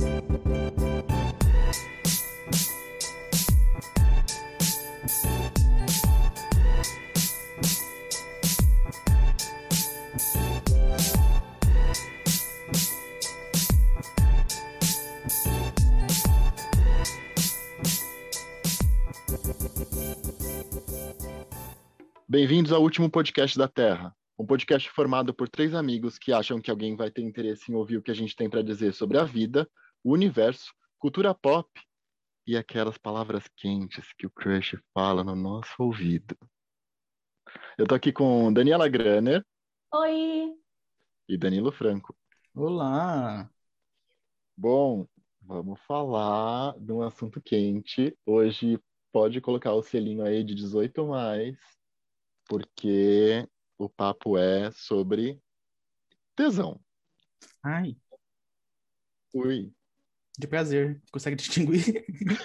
Bem-vindos ao último podcast da Terra, um podcast formado por 3 amigos que acham que alguém vai ter interesse em ouvir o que a gente tem para dizer sobre a vida, o universo, cultura pop e aquelas palavras quentes que o crush fala no nosso ouvido. Eu tô aqui com Daniela Graner Oi! e Danilo Franco. Olá! Bom, vamos falar de um assunto quente. Hoje pode colocar o selinho aí de 18 mais, porque o papo é sobre tesão. Ai, Ui. de prazer. Consegue distinguir?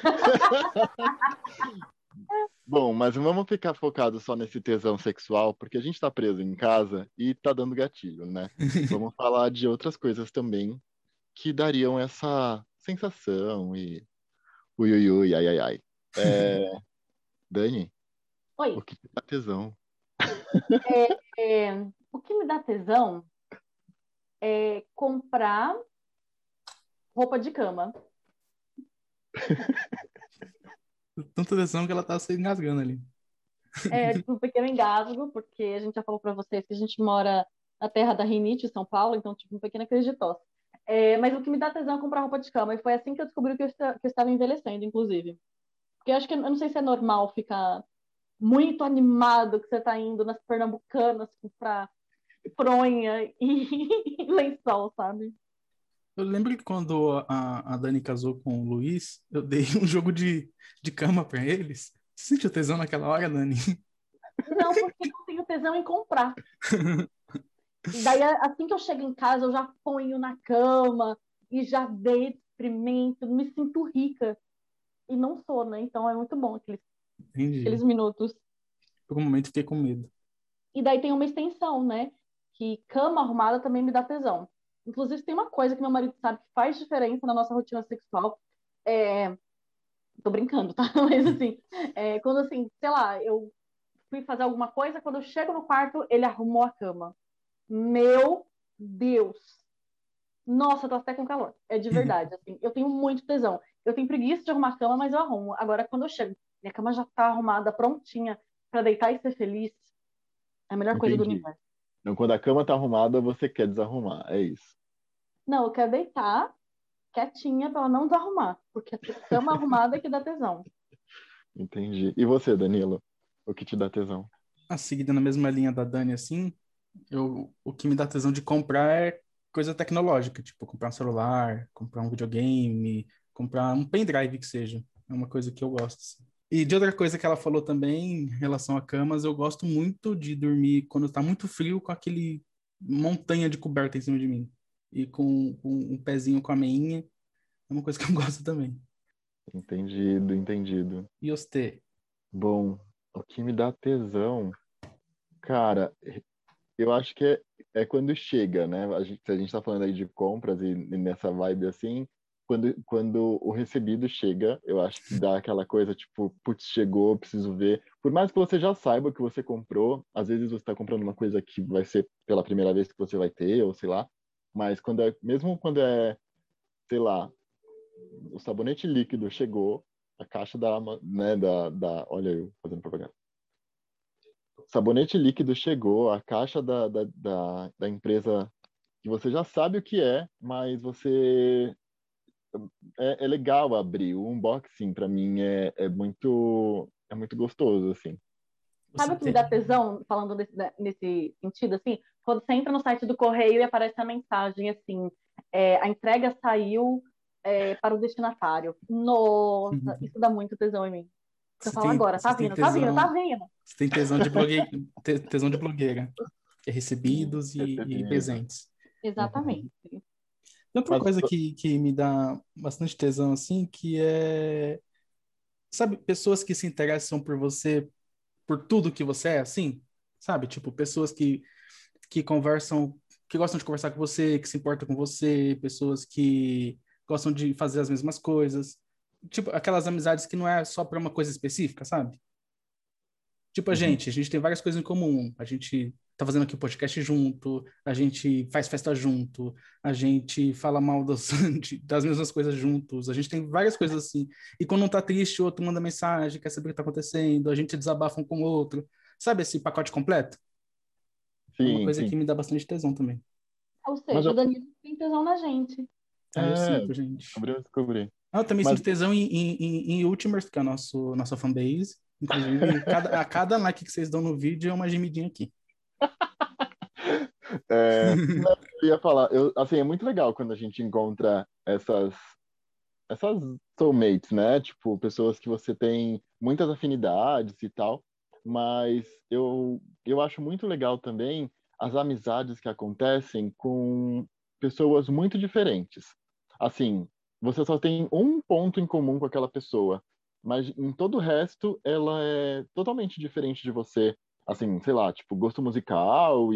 Bom, mas vamos ficar focado só nesse tesão sexual, porque a gente tá preso em casa e tá dando gatilho, né? Vamos falar de outras coisas também que dariam essa sensação e ui, ui, ui, ai, ai, ai. Dani, Oi! o que dá tesão? O que me dá tesão é comprar roupa de cama. Tanta tesão que ela tá se engasgando ali. É tipo um pequeno engasgo, porque a gente já falou para vocês que a gente mora na terra da rinite, em São Paulo, então tipo uma pequena crise de tosse. Mas o que me dá tesão é comprar roupa de cama, e foi assim que eu descobri que eu estava envelhecendo, inclusive. Porque eu acho que, eu não sei se é normal ficar muito animado que você tá indo nas Pernambucanas comprar fronha e lençol, sabe? Eu lembro que quando a Dani casou com o Luiz, eu dei um jogo de cama pra eles. Você sentiu tesão naquela hora, Dani? Não, porque eu tenho tesão em comprar. Daí, assim que eu chego em casa, eu já ponho na cama e já deito, experimento, me sinto rica. E não sou, né? Então é muito bom aqueles Entendi. minutos. Por um momento fiquei com medo. E daí tem uma extensão, né? Que cama arrumada também me dá tesão. Inclusive, tem uma coisa que meu marido sabe que faz diferença na nossa rotina sexual. É... Tô brincando, tá? Mas assim, quando assim, sei lá, eu fui fazer alguma coisa, quando eu chego no quarto, ele arrumou a cama. Meu Deus! Nossa, eu tô até com calor. É de verdade, assim. Eu tenho muito tesão. Eu tenho preguiça de arrumar a cama, mas eu arrumo. Agora, quando eu chego, minha cama já tá arrumada, prontinha pra deitar e ser feliz, é a melhor coisa do Entendi. universo. Então, quando a cama tá arrumada, você quer desarrumar, é isso. Não, eu quero deitar quietinha pra ela não desarrumar, porque a cama arrumada é que dá tesão. Entendi. E você, Danilo? O que te dá tesão? A seguida na mesma linha da Dani, assim, o que me dá tesão de comprar é coisa tecnológica, tipo comprar um celular, comprar um videogame, comprar um pendrive que seja. É uma coisa que eu gosto, assim. E de outra coisa que ela falou também, em relação a camas, eu gosto muito de dormir quando tá muito frio com aquele montanha de coberta em cima de mim. E com um pezinho com a meinha, é uma coisa que eu gosto também. Entendido, entendido. E você? Bom, o que me dá tesão, cara, eu acho que é quando chega, né? Se a gente tá falando aí de compras e nessa vibe assim, quando o recebido chega, eu acho que dá aquela coisa tipo, putz, chegou, preciso ver. Por mais que você já saiba o que você comprou, às vezes você tá comprando uma coisa que vai ser pela primeira vez que você vai ter, ou sei lá, mas mesmo quando é, sei lá, o sabonete líquido chegou, a caixa né, olha eu fazendo propaganda. Sabonete líquido chegou, a caixa da empresa que você já sabe o que é, mas você é legal abrir. O unboxing para mim é muito gostoso assim. Sabe Você o que me dá tem... tesão, falando nesse sentido, assim? Quando você entra no site do correio e aparece a mensagem assim, a entrega saiu para o destinatário. Nossa, isso dá muito tesão em mim. Você fala agora, tá Você tem vindo, tá vindo, tá tesão, vindo. você tem tesão de blogueira, que é recebidos e Recebido. presentes. Exatamente. Tem outra Mas coisa que me dá bastante tesão, assim, que é, sabe, pessoas que se interessam por você, por tudo que você é, assim, sabe? Tipo, pessoas que conversam, que gostam de conversar com você, que se importam com você, pessoas que gostam de fazer as mesmas coisas. Tipo, aquelas amizades que não é só para uma coisa específica, sabe? Tipo, Uhum. a gente tem várias coisas em comum. A gente tá fazendo aqui o podcast junto, a gente faz festa junto, a gente fala mal das mesmas coisas juntos, a gente tem várias coisas assim. E quando um tá triste, o outro manda mensagem, quer saber o que tá acontecendo, a gente desabafa um com o outro. Sabe esse pacote completo? É uma Sim, coisa sim. que me dá bastante tesão também. Ou Mas seja, o Danilo tem tesão na gente. Ah, eu é, sinto, gente. descobri. Ah, eu também Mas sinto tesão em Ultimers, que é a nossa fanbase. Inclusive, a cada like que vocês dão no vídeo é uma gemidinha aqui. não, eu ia falar, assim, é muito legal quando a gente encontra essas soulmates, né? Tipo, pessoas que você tem muitas afinidades e tal, mas eu acho muito legal também as amizades que acontecem com pessoas muito diferentes. Assim, você só tem um ponto em comum com aquela pessoa, mas em todo o resto ela é totalmente diferente de você. Assim, sei lá, tipo, gosto musical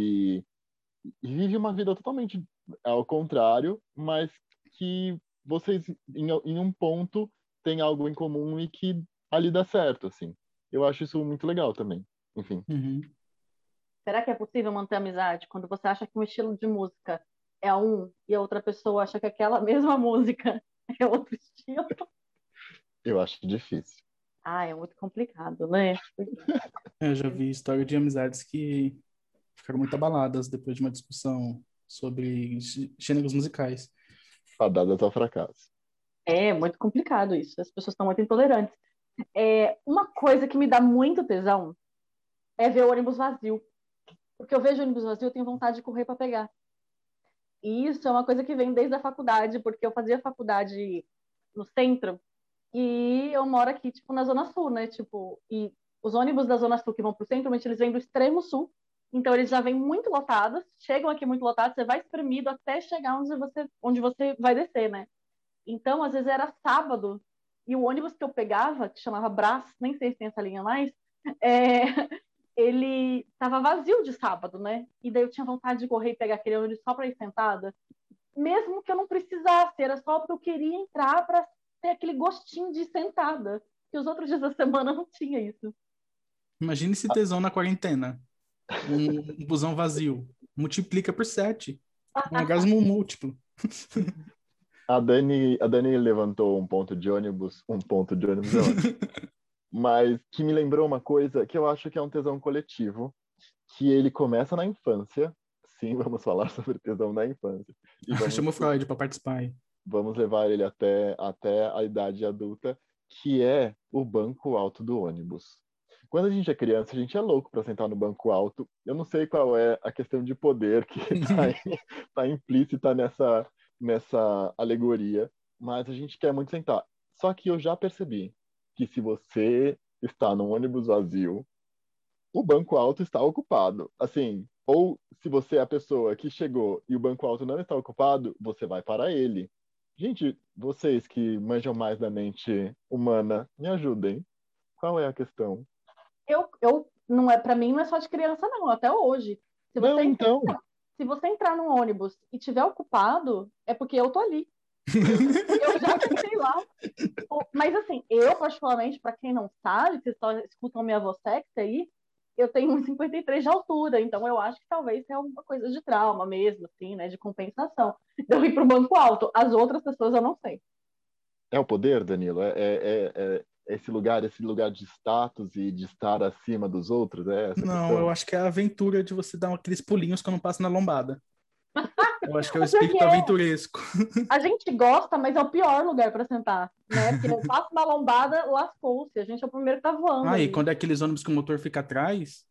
e vive uma vida totalmente ao contrário, mas que vocês, em um ponto, têm algo em comum e que ali dá certo, assim. Eu acho isso muito legal também. Enfim. Uhum. Será que é possível manter amizade quando você acha que um estilo de música é um e a outra pessoa acha que aquela mesma música é outro estilo? Eu acho difícil. Ah, é muito complicado, né? Eu já vi história de amizades que ficaram muito abaladas depois de uma discussão sobre gêneros musicais. Fadadas ao fracasso. É muito complicado isso. As pessoas estão muito intolerantes. Uma coisa que me dá muito tesão é ver o ônibus vazio. Porque eu vejo o ônibus vazio, eu tenho vontade de correr para pegar. E isso é uma coisa que vem desde a faculdade, porque eu fazia faculdade no centro e eu moro aqui, tipo, na Zona Sul, né? Tipo, e os ônibus da Zona Sul que vão pro centro, normalmente eles vêm do extremo sul, então eles já vêm muito lotados, chegam aqui muito lotados, você vai espremido até chegar onde você vai descer, né? Então, às vezes era sábado, e o ônibus que eu pegava, que chamava Brás, nem sei se tem essa linha mais, é, ele estava vazio de sábado, né? E daí eu tinha vontade de correr e pegar aquele ônibus só para ir sentada, mesmo que eu não precisasse, era só porque eu queria entrar para ter aquele gostinho de sentada, que os outros dias da semana não tinha isso. Imagine esse tesão na quarentena. Um busão vazio. Multiplica por 7. Um orgasmo múltiplo. A Dani levantou um ponto de ônibus é ótimo. Mas que me lembrou uma coisa que eu acho que é um tesão coletivo, que ele começa na infância. Sim, vamos falar sobre tesão na infância. E Chama o Freud para participar aí. vamos levar ele até a idade adulta, que é o banco alto do ônibus. Quando a gente é criança, a gente é louco para sentar no banco alto. Eu não sei qual é a questão de poder que tá implícita nessa alegoria, mas a gente quer muito sentar. Só que eu já percebi que se você está num ônibus vazio, o banco alto está ocupado. Assim, ou se você é a pessoa que chegou e o banco alto não está ocupado, você vai para ele. Gente, vocês que manjam mais da mente humana, me ajudem. Qual é a questão? Não é para mim, não é só de criança, não, até hoje. Se Não, você, então. se você entrar num ônibus e tiver ocupado, é porque eu tô ali. Eu já sentei lá. Mas assim, eu particularmente, para quem não sabe, vocês só escutam minha voz sexy aí, eu tenho 1,53 de altura, então eu acho que talvez tenha alguma coisa de trauma mesmo, assim, né, de compensação. Eu ir pro banco alto, as outras pessoas eu não sei. É o poder, Danilo? É esse lugar de status e de estar acima dos outros? É essa Não, eu questão? acho que é a aventura de você dar aqueles pulinhos que eu não passo na lombada. Eu acho que é o O pior que espírito é, aventuresco. a gente gosta, mas é o pior lugar para sentar, né? Porque eu passo na lombada, lascou-se, a gente é o primeiro que tá voando Ah, e ali. quando é aqueles ônibus que o motor fica atrás,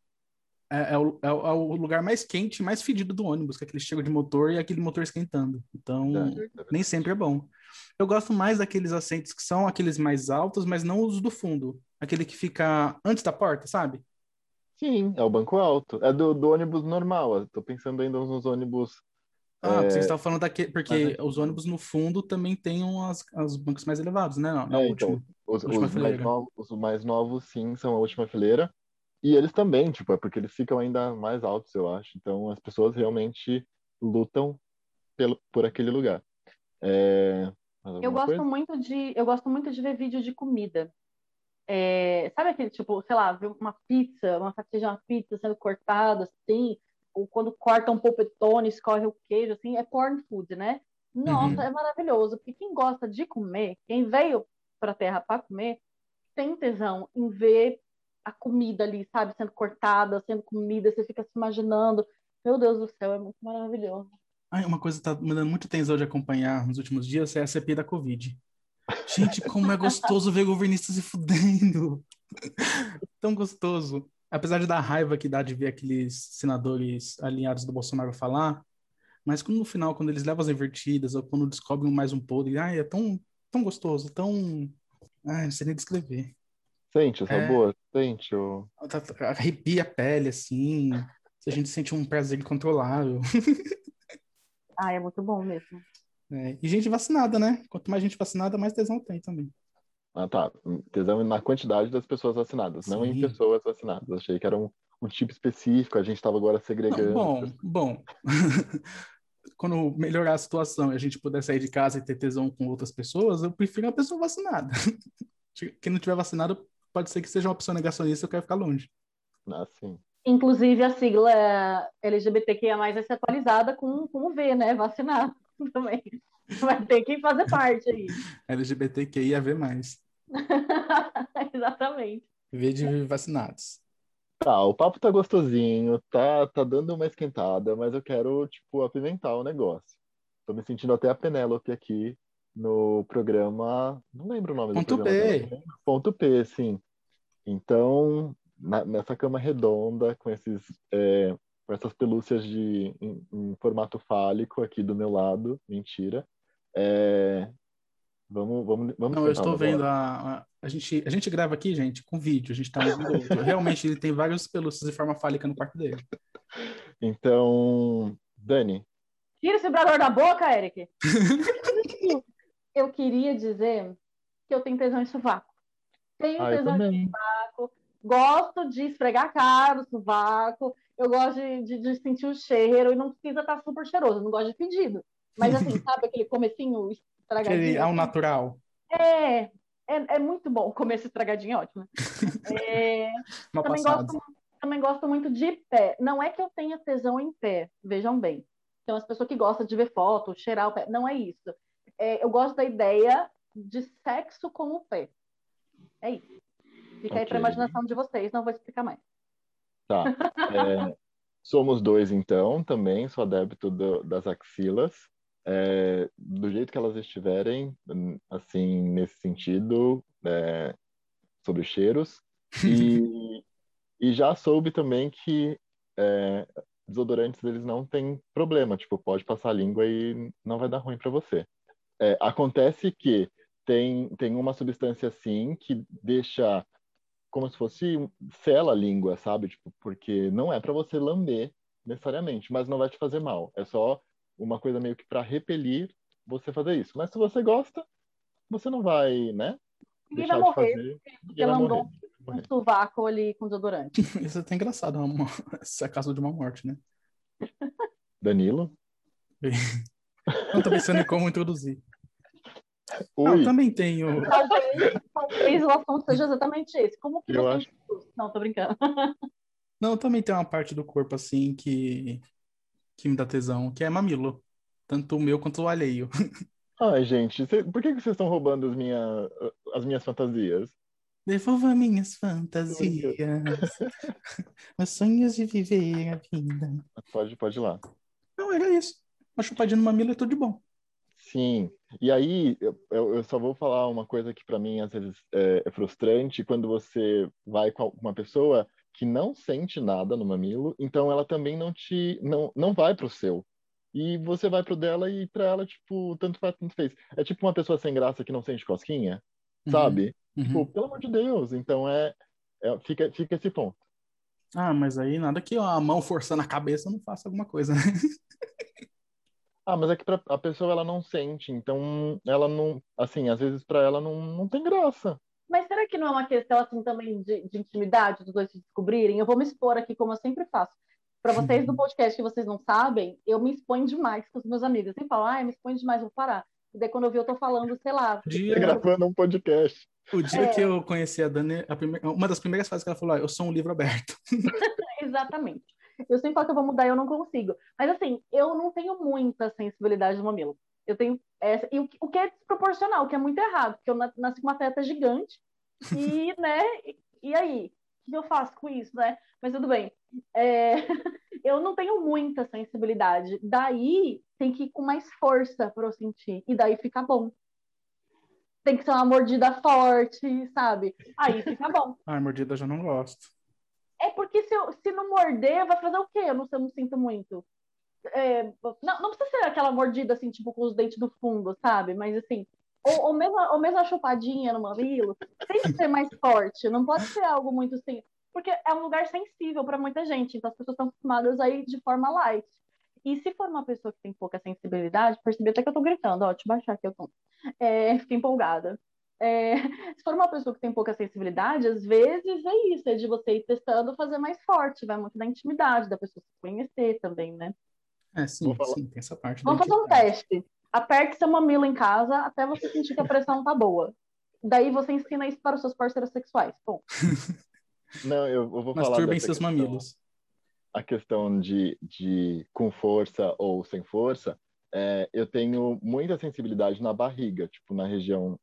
é o lugar mais quente, mais fedido do ônibus, que é aquele cheiro de motor e aquele motor esquentando. Então, Verdade, é nem verdade. sempre é bom. Eu gosto mais daqueles assentos que são aqueles mais altos, mas não os do fundo. Aquele que fica antes da porta, sabe? Sim, é o banco alto. É do ônibus normal. Eu tô pensando ainda nos ônibus Ah, você estava falando daquele, mais porque os antigos. ônibus no fundo também têm as bancos mais elevados, né? Na Então, última, última fileira. os mais novos, sim, são a última fileira. E eles também, tipo, é porque eles ficam ainda mais altos, eu acho. Então, as pessoas realmente lutam por aquele lugar. Mais Eu alguma gosto coisa? muito de ver vídeo de comida. Sabe aquele tipo, sei lá, ver uma pizza, uma fatia de uma pizza sendo cortada assim, ou quando corta um polpetone, escorre o queijo, assim, é porn food, né? Nossa, Uhum. é maravilhoso, porque quem gosta de comer, quem veio pra Terra para comer, tem tesão em ver a comida ali, sabe, sendo cortada, sendo comida, você fica se imaginando. Meu Deus do céu, é muito maravilhoso. Ai, uma coisa que tá me dando muito tesão de acompanhar nos últimos dias é a CPI da Covid. Gente, como é gostoso ver governistas se fudendo. Tão gostoso. Apesar de dar raiva que dá de ver aqueles senadores alinhados do Bolsonaro falar, mas quando no final, quando eles levam as invertidas, ou quando descobrem mais um podre, ai, é tão, tão gostoso, tão. Ai, não sei nem descrever. Sente essa É, boa? Sente o... arrepia a pele, assim. A gente sente um prazer incontrolável. Ah, é muito bom mesmo. É, e gente vacinada, né? Quanto mais gente vacinada, mais tesão tem também. Ah, tá. Tesão na quantidade das pessoas vacinadas, não em Sim. pessoas vacinadas. Achei que era um tipo específico, a gente estava agora Não, segregando. bom. Quando melhorar a situação e a gente puder sair de casa e ter tesão com outras pessoas, eu prefiro a pessoa vacinada. Quem não tiver vacinado, pode ser que seja uma pessoa negacionista, eu quero ficar longe. Assim. Inclusive, a sigla LGBTQIA+, vai ser atualizada com o V, né? Vacinado também. Vai ter que fazer parte aí. LGBTQIAV+. Exatamente. V de vacinados. Tá, o papo tá gostosinho, tá dando uma esquentada, mas eu quero, tipo, apimentar o negócio. Tô me sentindo até a Penélope aqui no programa, não lembro o nome do Ponto programa dela, P. Ponto P, sim. Então, nessa cama redonda, com essas pelúcias em formato fálico aqui do meu lado, mentira, é, vamos Não, eu esquentar o estou vendo negócio? a gente grava aqui, gente, com vídeo. A gente tá um vendo o outro. Realmente, ele tem vários pelúcios de forma fálica no quarto dele. Então, Dani, Tira esse vibrador da boca, Eric. Eu queria dizer que eu tenho tesão em sovaco. Tenho eu tesão em também. sovaco. Gosto de esfregar a cara no sovaco. Eu gosto de sentir o cheiro. E não precisa estar super cheiroso. Eu não gosto de fedido. Mas assim, sabe aquele comecinho Aquele estragadinho? ao Assim? natural. É, é muito bom comer esse estragadinho, é ótimo. É, Mal também passados. gosto, também gosto muito de pé. Não é que eu tenha tesão em pé, vejam bem. Tem umas pessoas que gostam de ver foto, cheirar o pé. Não é isso. Eu gosto da ideia de sexo com o pé. É isso. Fica aí Ok, para a imaginação de vocês, não vou explicar mais. tá. Somos dois, então, também, sou adepto das axilas. Do jeito que elas estiverem, assim, nesse sentido, sobre cheiros. E, e já soube também que é, desodorantes, eles não têm problema. Tipo, pode passar a língua e não vai dar ruim para você. Acontece que tem uma substância, assim, que deixa como se fosse sela a língua, sabe? Tipo, porque não é para você lamber necessariamente, mas não vai te fazer mal. É só uma coisa meio que para repelir você fazer isso. Mas se você gosta, você não vai, né? Ninguém vai Deixar de morrer fazer, porque ninguém vai lambou morrer. Ninguém vai um morrer. sovaco ali com desodorante. Isso é até engraçado, essa é a causa de uma morte, né? Danilo? Não tô pensando em como introduzir. Ah, eu Ui, também tenho. Talvez o assunto seja exatamente esse. Como que eu você acho. introduz? Não, tô brincando. Não, eu também tenho uma parte do corpo assim que me dá tesão, que é mamilo. Tanto o meu quanto o alheio. Ai, gente, por que que vocês estão roubando as minhas fantasias? Devolva minhas Tô brincando. fantasias, meus sonhos de viver a vida. Pode ir lá. Não, era isso. Uma chupadinha no mamilo é tudo de bom. Sim, e aí eu só vou falar uma coisa que para mim às vezes é frustrante quando você vai com uma pessoa que não sente nada no mamilo, então ela também não vai pro seu. E você vai pro dela e pra ela, tipo, tanto faz, tanto fez. É tipo uma pessoa sem graça que não sente cosquinha, Uhum, sabe? Tipo, uhum. pelo amor de Deus, então fica esse ponto. Ah, mas aí nada que a mão forçando a cabeça não faça alguma coisa, né? Ah, mas é que a pessoa ela não sente, então ela não, assim, às vezes pra ela não tem graça. Mas será que não é uma questão assim também de intimidade dos dois se descobrirem? Eu vou me expor aqui, como eu sempre faço. Para vocês do podcast que vocês não sabem, eu me exponho demais com os meus amigos. Eu sempre falo, ah, eu me exponho demais, vou parar. E daí quando eu vi, eu tô falando, sei lá. Tá gravando um podcast. O dia que eu conheci a Dani, uma das primeiras frases que ela falou, eu sou um livro aberto. Exatamente. Eu sempre falo que eu vou mudar e eu não consigo. Mas assim, eu não tenho muita sensibilidade no mamilo. Eu tenho essa, e o que é desproporcional, o que é muito errado, porque eu nasci com uma teta gigante e, né, e aí? O que eu faço com isso, né? Mas tudo bem. Eu não tenho muita sensibilidade. Daí tem que ir com mais força para eu sentir. E daí fica bom. Tem que ser uma mordida forte, sabe? Aí fica bom. Ah, mordida eu já não gosto. É porque se não morder, vai fazer o quê? Eu não sinto muito. Não precisa ser aquela mordida assim, tipo, com os dentes do fundo, sabe? Mas assim, ou mesmo a chupadinha no mamilo, tem que ser mais forte, não pode ser algo muito assim, porque é um lugar sensível para muita gente, então as pessoas estão acostumadas a ir de forma light. E se for uma pessoa que tem pouca sensibilidade, percebi até que eu tô gritando, ó, deixa eu baixar aqui o tom. Fiquei empolgada. Se for uma pessoa que tem pouca sensibilidade, às vezes é isso, é de você ir testando fazer mais forte, vai muito da intimidade da pessoa se conhecer também, né? Sim, tem essa parte da Vamos fazer um intimidade. teste. Aperte seu mamilo em casa até você sentir que a pressão tá boa. Daí você ensina isso para os seus parceiros sexuais. Bom. Não, eu vou falar Masturbem dessa seus questão. mamilos. A questão de com força ou sem força, eu tenho muita sensibilidade na barriga, tipo, na região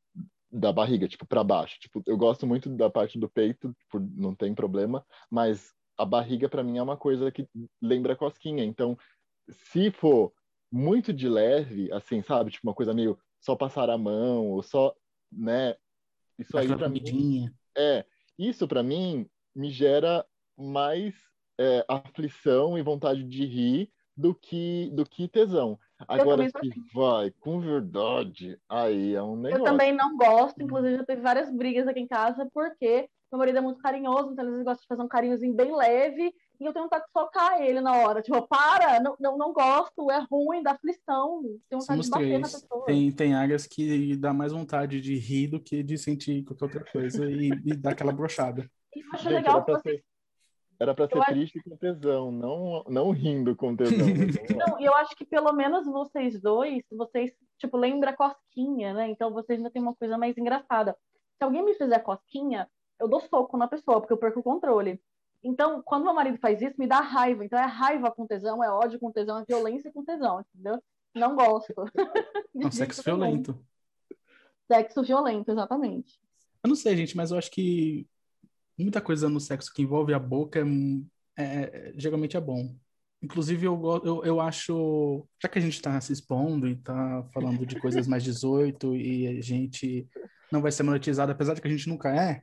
da barriga, tipo, para baixo. Tipo, eu gosto muito da parte do peito, tipo, não tem problema, mas a barriga para mim é uma coisa que lembra cosquinha. Então, se for muito de leve, assim, sabe, tipo uma coisa meio só passar a mão, ou só, né, isso aí Aquela para mim comidinha. isso para mim me gera mais aflição e vontade de rir do que tesão. Eu Agora, também sou se assim. vai com verdade, aí é um Eu negócio. também não gosto, inclusive já teve várias brigas aqui em casa, porque meu marido é muito carinhoso, então às vezes gosta de fazer um carinhozinho bem leve, e eu tenho vontade de socar ele na hora. Tipo, para, não gosto, é ruim, dá aflição, tenho vontade de Somos bater na três. pessoa. Tem áreas que dá mais vontade de rir do que de sentir qualquer outra coisa e dá aquela brochada. E eu acho Gente, legal que vocês. era para Eu ser triste com tesão, não rindo com tesão, mas vamos lá. Não, e eu acho que pelo menos vocês dois, vocês, tipo, lembra a cosquinha, né? Então vocês ainda tem uma coisa mais engraçada. Se alguém me fizer cosquinha, eu dou soco na pessoa, porque eu perco o controle. Então, quando meu marido faz isso, me dá raiva. Então é raiva com tesão, é ódio com tesão, é violência com tesão, entendeu? Não gosto. É De um sexo jeito nenhum. violento. Sexo violento, exatamente. Eu não sei, gente, mas eu acho que muita coisa no sexo que envolve a boca geralmente é bom. Inclusive, eu acho, já que a gente está se expondo e está falando de coisas mais 18 e a gente não vai ser monetizado, apesar de que a gente nunca é,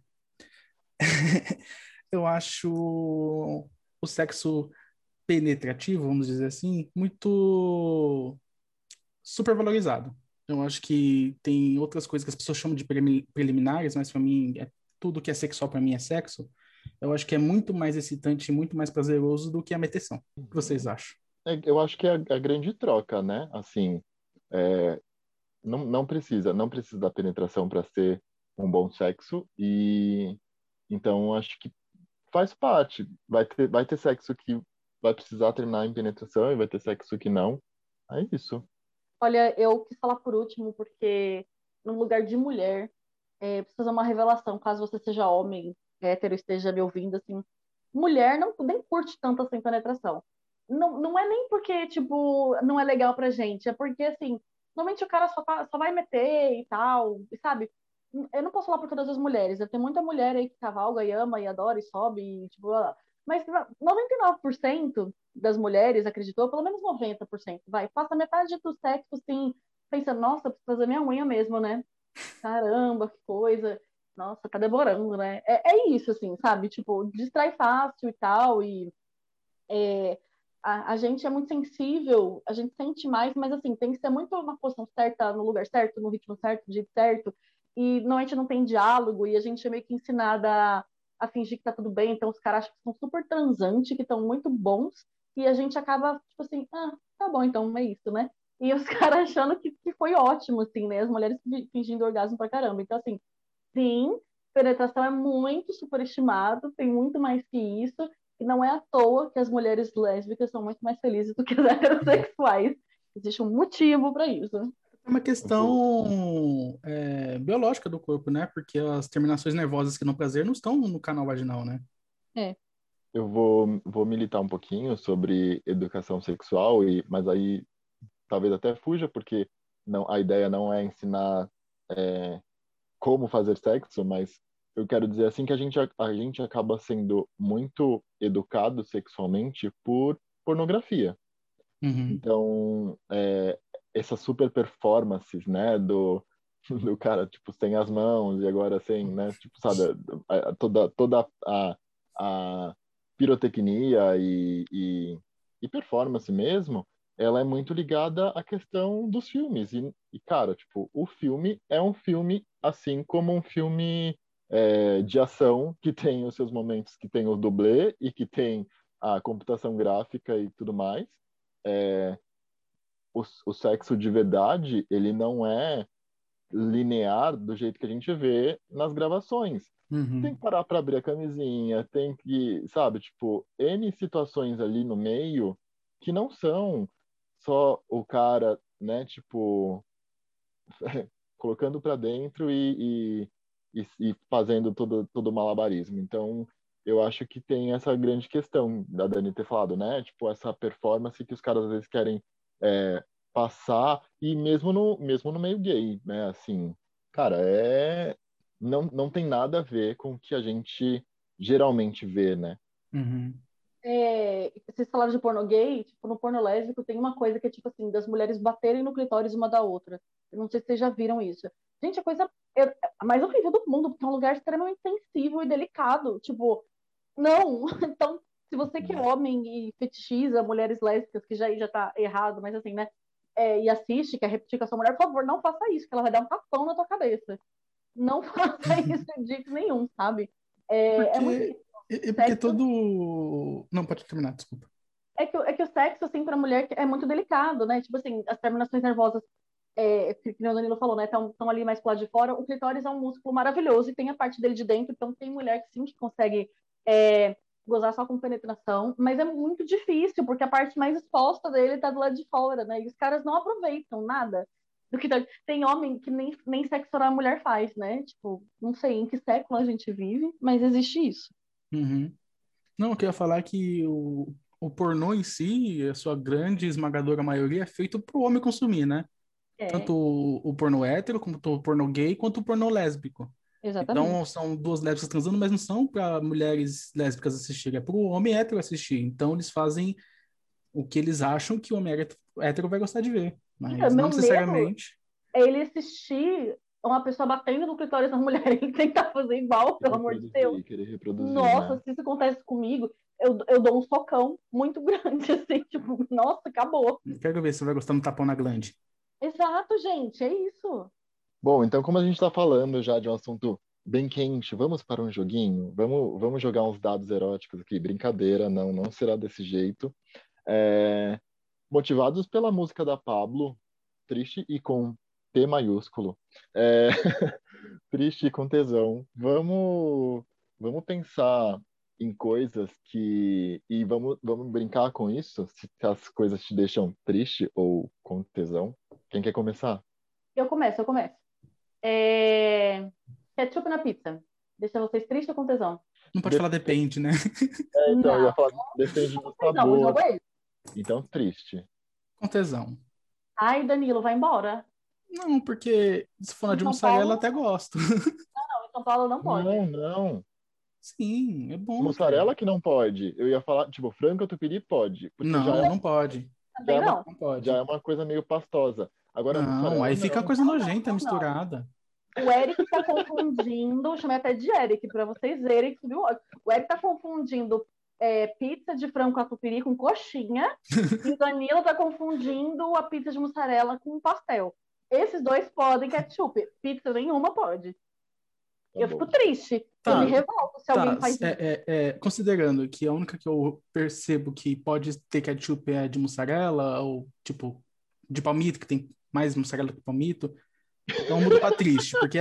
eu acho o sexo penetrativo, vamos dizer assim, muito supervalorizado. Eu acho que tem outras coisas que as pessoas chamam de preliminares, mas para mim, tudo que é sexual para mim é sexo. Eu acho que é muito mais excitante, muito mais prazeroso do que a meteção. O que vocês acham? Eu acho que é a grande troca, né? Assim, é, não precisa da penetração para ser um bom sexo e então acho que faz parte. Vai ter sexo que vai precisar terminar em penetração e vai ter sexo que não. É isso. Olha, eu quis falar por último, porque no lugar de mulher, preciso fazer uma revelação, caso você seja homem, hétero, esteja me ouvindo, assim, mulher não nem curte tanto assim penetração. Não é nem porque, tipo, não é legal pra gente, é porque, assim, normalmente o cara só vai meter e tal, e sabe? Eu não posso falar por todas as mulheres, tem muita mulher aí que cavalga e ama e adora e sobe, e, tipo, mas 99% das mulheres, acreditou, pelo menos 90%, vai, passa metade do sexo, assim, pensando, nossa, preciso fazer minha unha mesmo, né? Caramba, que coisa. Nossa, tá demorando, né? É isso, assim, sabe? Tipo, distrai fácil e tal, e a gente é muito sensível, a gente sente mais, mas assim, tem que ser muito na posição certa, no lugar certo, no ritmo certo, do jeito certo, e normalmente não tem diálogo, e a gente é meio que ensinada a fingir que tá tudo bem, então os caras acham que são super transantes, que estão muito bons, e a gente acaba, tipo assim, tá bom, então é isso, né? E os caras achando que foi ótimo, assim, né? As mulheres fingindo orgasmo pra caramba. Então, assim, sim, penetração é muito superestimado, tem muito mais que isso, e não é à toa que as mulheres lésbicas são muito mais felizes do que as heterossexuais. Existe um motivo para isso. É uma questão biológica do corpo, né? Porque as terminações nervosas que dão prazer não estão no canal vaginal, né? É. Eu vou militar um pouquinho sobre educação sexual, mas aí talvez até fuja, porque não, a ideia não é ensinar como fazer sexo, mas eu quero dizer assim que a gente acaba sendo muito educado sexualmente por pornografia. Uhum. Então, essas super performances, né, do cara, tipo, sem as mãos e agora sem, né, tipo, sabe, toda a pirotecnia e performance mesmo, ela é muito ligada à questão dos filmes. Cara, tipo, o filme é um filme assim como um filme de ação que tem os seus momentos, que tem o dublê e que tem a computação gráfica e tudo mais. É, o sexo de verdade, ele não é linear do jeito que a gente vê nas gravações. Tem Uhum. que parar para abrir a camisinha, tem que, sabe, tipo, N situações ali no meio que não são só o cara, né, tipo, colocando para dentro e fazendo todo o malabarismo. Então, eu acho que tem essa grande questão da Dani ter falado, né? Tipo, essa performance que os caras às vezes querem passar, e mesmo no meio gay, né? Assim, cara, não tem nada a ver com o que a gente geralmente vê, né? Uhum. Vocês falaram de porno gay, tipo, no porno lésbico tem uma coisa que é tipo assim, das mulheres baterem no clitóris uma da outra. Eu não sei se vocês já viram isso. Gente, a mais horrível do mundo, porque é um lugar extremamente sensível e delicado. Tipo, não. Então, se você que é homem e fetichiza mulheres lésbicas, que já tá errado, mas assim, né? E assiste, quer repetir com a sua mulher, por favor, não faça isso, que ela vai dar um tapão na tua cabeça. Não faça isso de jeito nenhum, sabe? É muito Porque, isso. porque Sexo todo... Não, pode terminar, desculpa. é que o sexo, assim, pra mulher é muito delicado, né? Tipo assim, as terminações nervosas, que o Danilo falou, né? Estão ali mais pro lado de fora. O clitóris é um músculo maravilhoso e tem a parte dele de dentro, então tem mulher que sim, que consegue gozar só com penetração, mas é muito difícil, porque a parte mais exposta dele tá do lado de fora, né? E os caras não aproveitam nada do que tem homem que nem sexo oral a mulher faz, né? Tipo, não sei em que século a gente vive, mas existe isso. Uhum. Não, eu queria falar que o pornô em si, a sua grande esmagadora maioria, é feito pro homem consumir, né? É, Tanto o pornô hétero, como o pornô gay, quanto o pornô lésbico. exatamente. Então, são duas lésbicas transando, mas não são para mulheres lésbicas assistirem, é para o homem hétero assistir. Então, eles fazem o que eles acham que o homem hétero vai gostar de ver, Então, mas não meu medo necessariamente. é ele assistir uma pessoa batendo no clitóris da mulher e tentar fazer igual, pelo amor de Deus. Querer reproduzir, Nossa, né? se isso acontece comigo, eu dou um socão muito grande, assim, tipo, nossa, acabou. Quero ver se você vai gostar do tapão na glande. Exato, gente, é isso. Bom, então como a gente está falando já de um assunto bem quente, vamos para um joguinho? Vamos jogar uns dados eróticos aqui. Brincadeira, não será desse jeito. É, motivados pela música da Pablo, triste e com T maiúsculo. É, triste e com tesão. Vamos pensar em coisas e vamos brincar com isso, se as coisas te deixam triste ou com tesão. Quem quer começar? Eu começo. É... Ketchup na pizza. Deixa vocês tristes ou com tesão? Não pode falar depende, né? Então, eu ia Não, falar, depende com do tesão, o jogo sabor. é esse. Então, triste. Com tesão. Ai, Danilo, vai embora. Não, porque se for Em de São mussarela, Paulo, até gosto. não, em São Paulo não pode. Não, não. Sim, é bom, cara. Mussarela que não pode. Eu ia falar, tipo, frango catupiry pode, porque já Não, é, não pode. já Também é uma, não. Não já é pode. uma coisa meio pastosa. Agora, Não, mussarela, aí fica não. coisa Não, não, nojenta não, não. misturada. O Eric tá confundindo, chamei até de Eric, para vocês verem que subiu ódio. O Eric tá confundindo pizza de frango catupiry com coxinha e o Danilo tá confundindo a pizza de mussarela com pastel. Esses dois podem ketchup, pizza nenhuma pode. Tá Eu fico bom. triste, eu me Tá, revolto se tá. alguém faz isso. Considerando que a única que eu percebo que pode ter ketchup é de mussarela, ou tipo, de palmito, que tem mais mussarela que palmito, então eu mudo pra triste, porque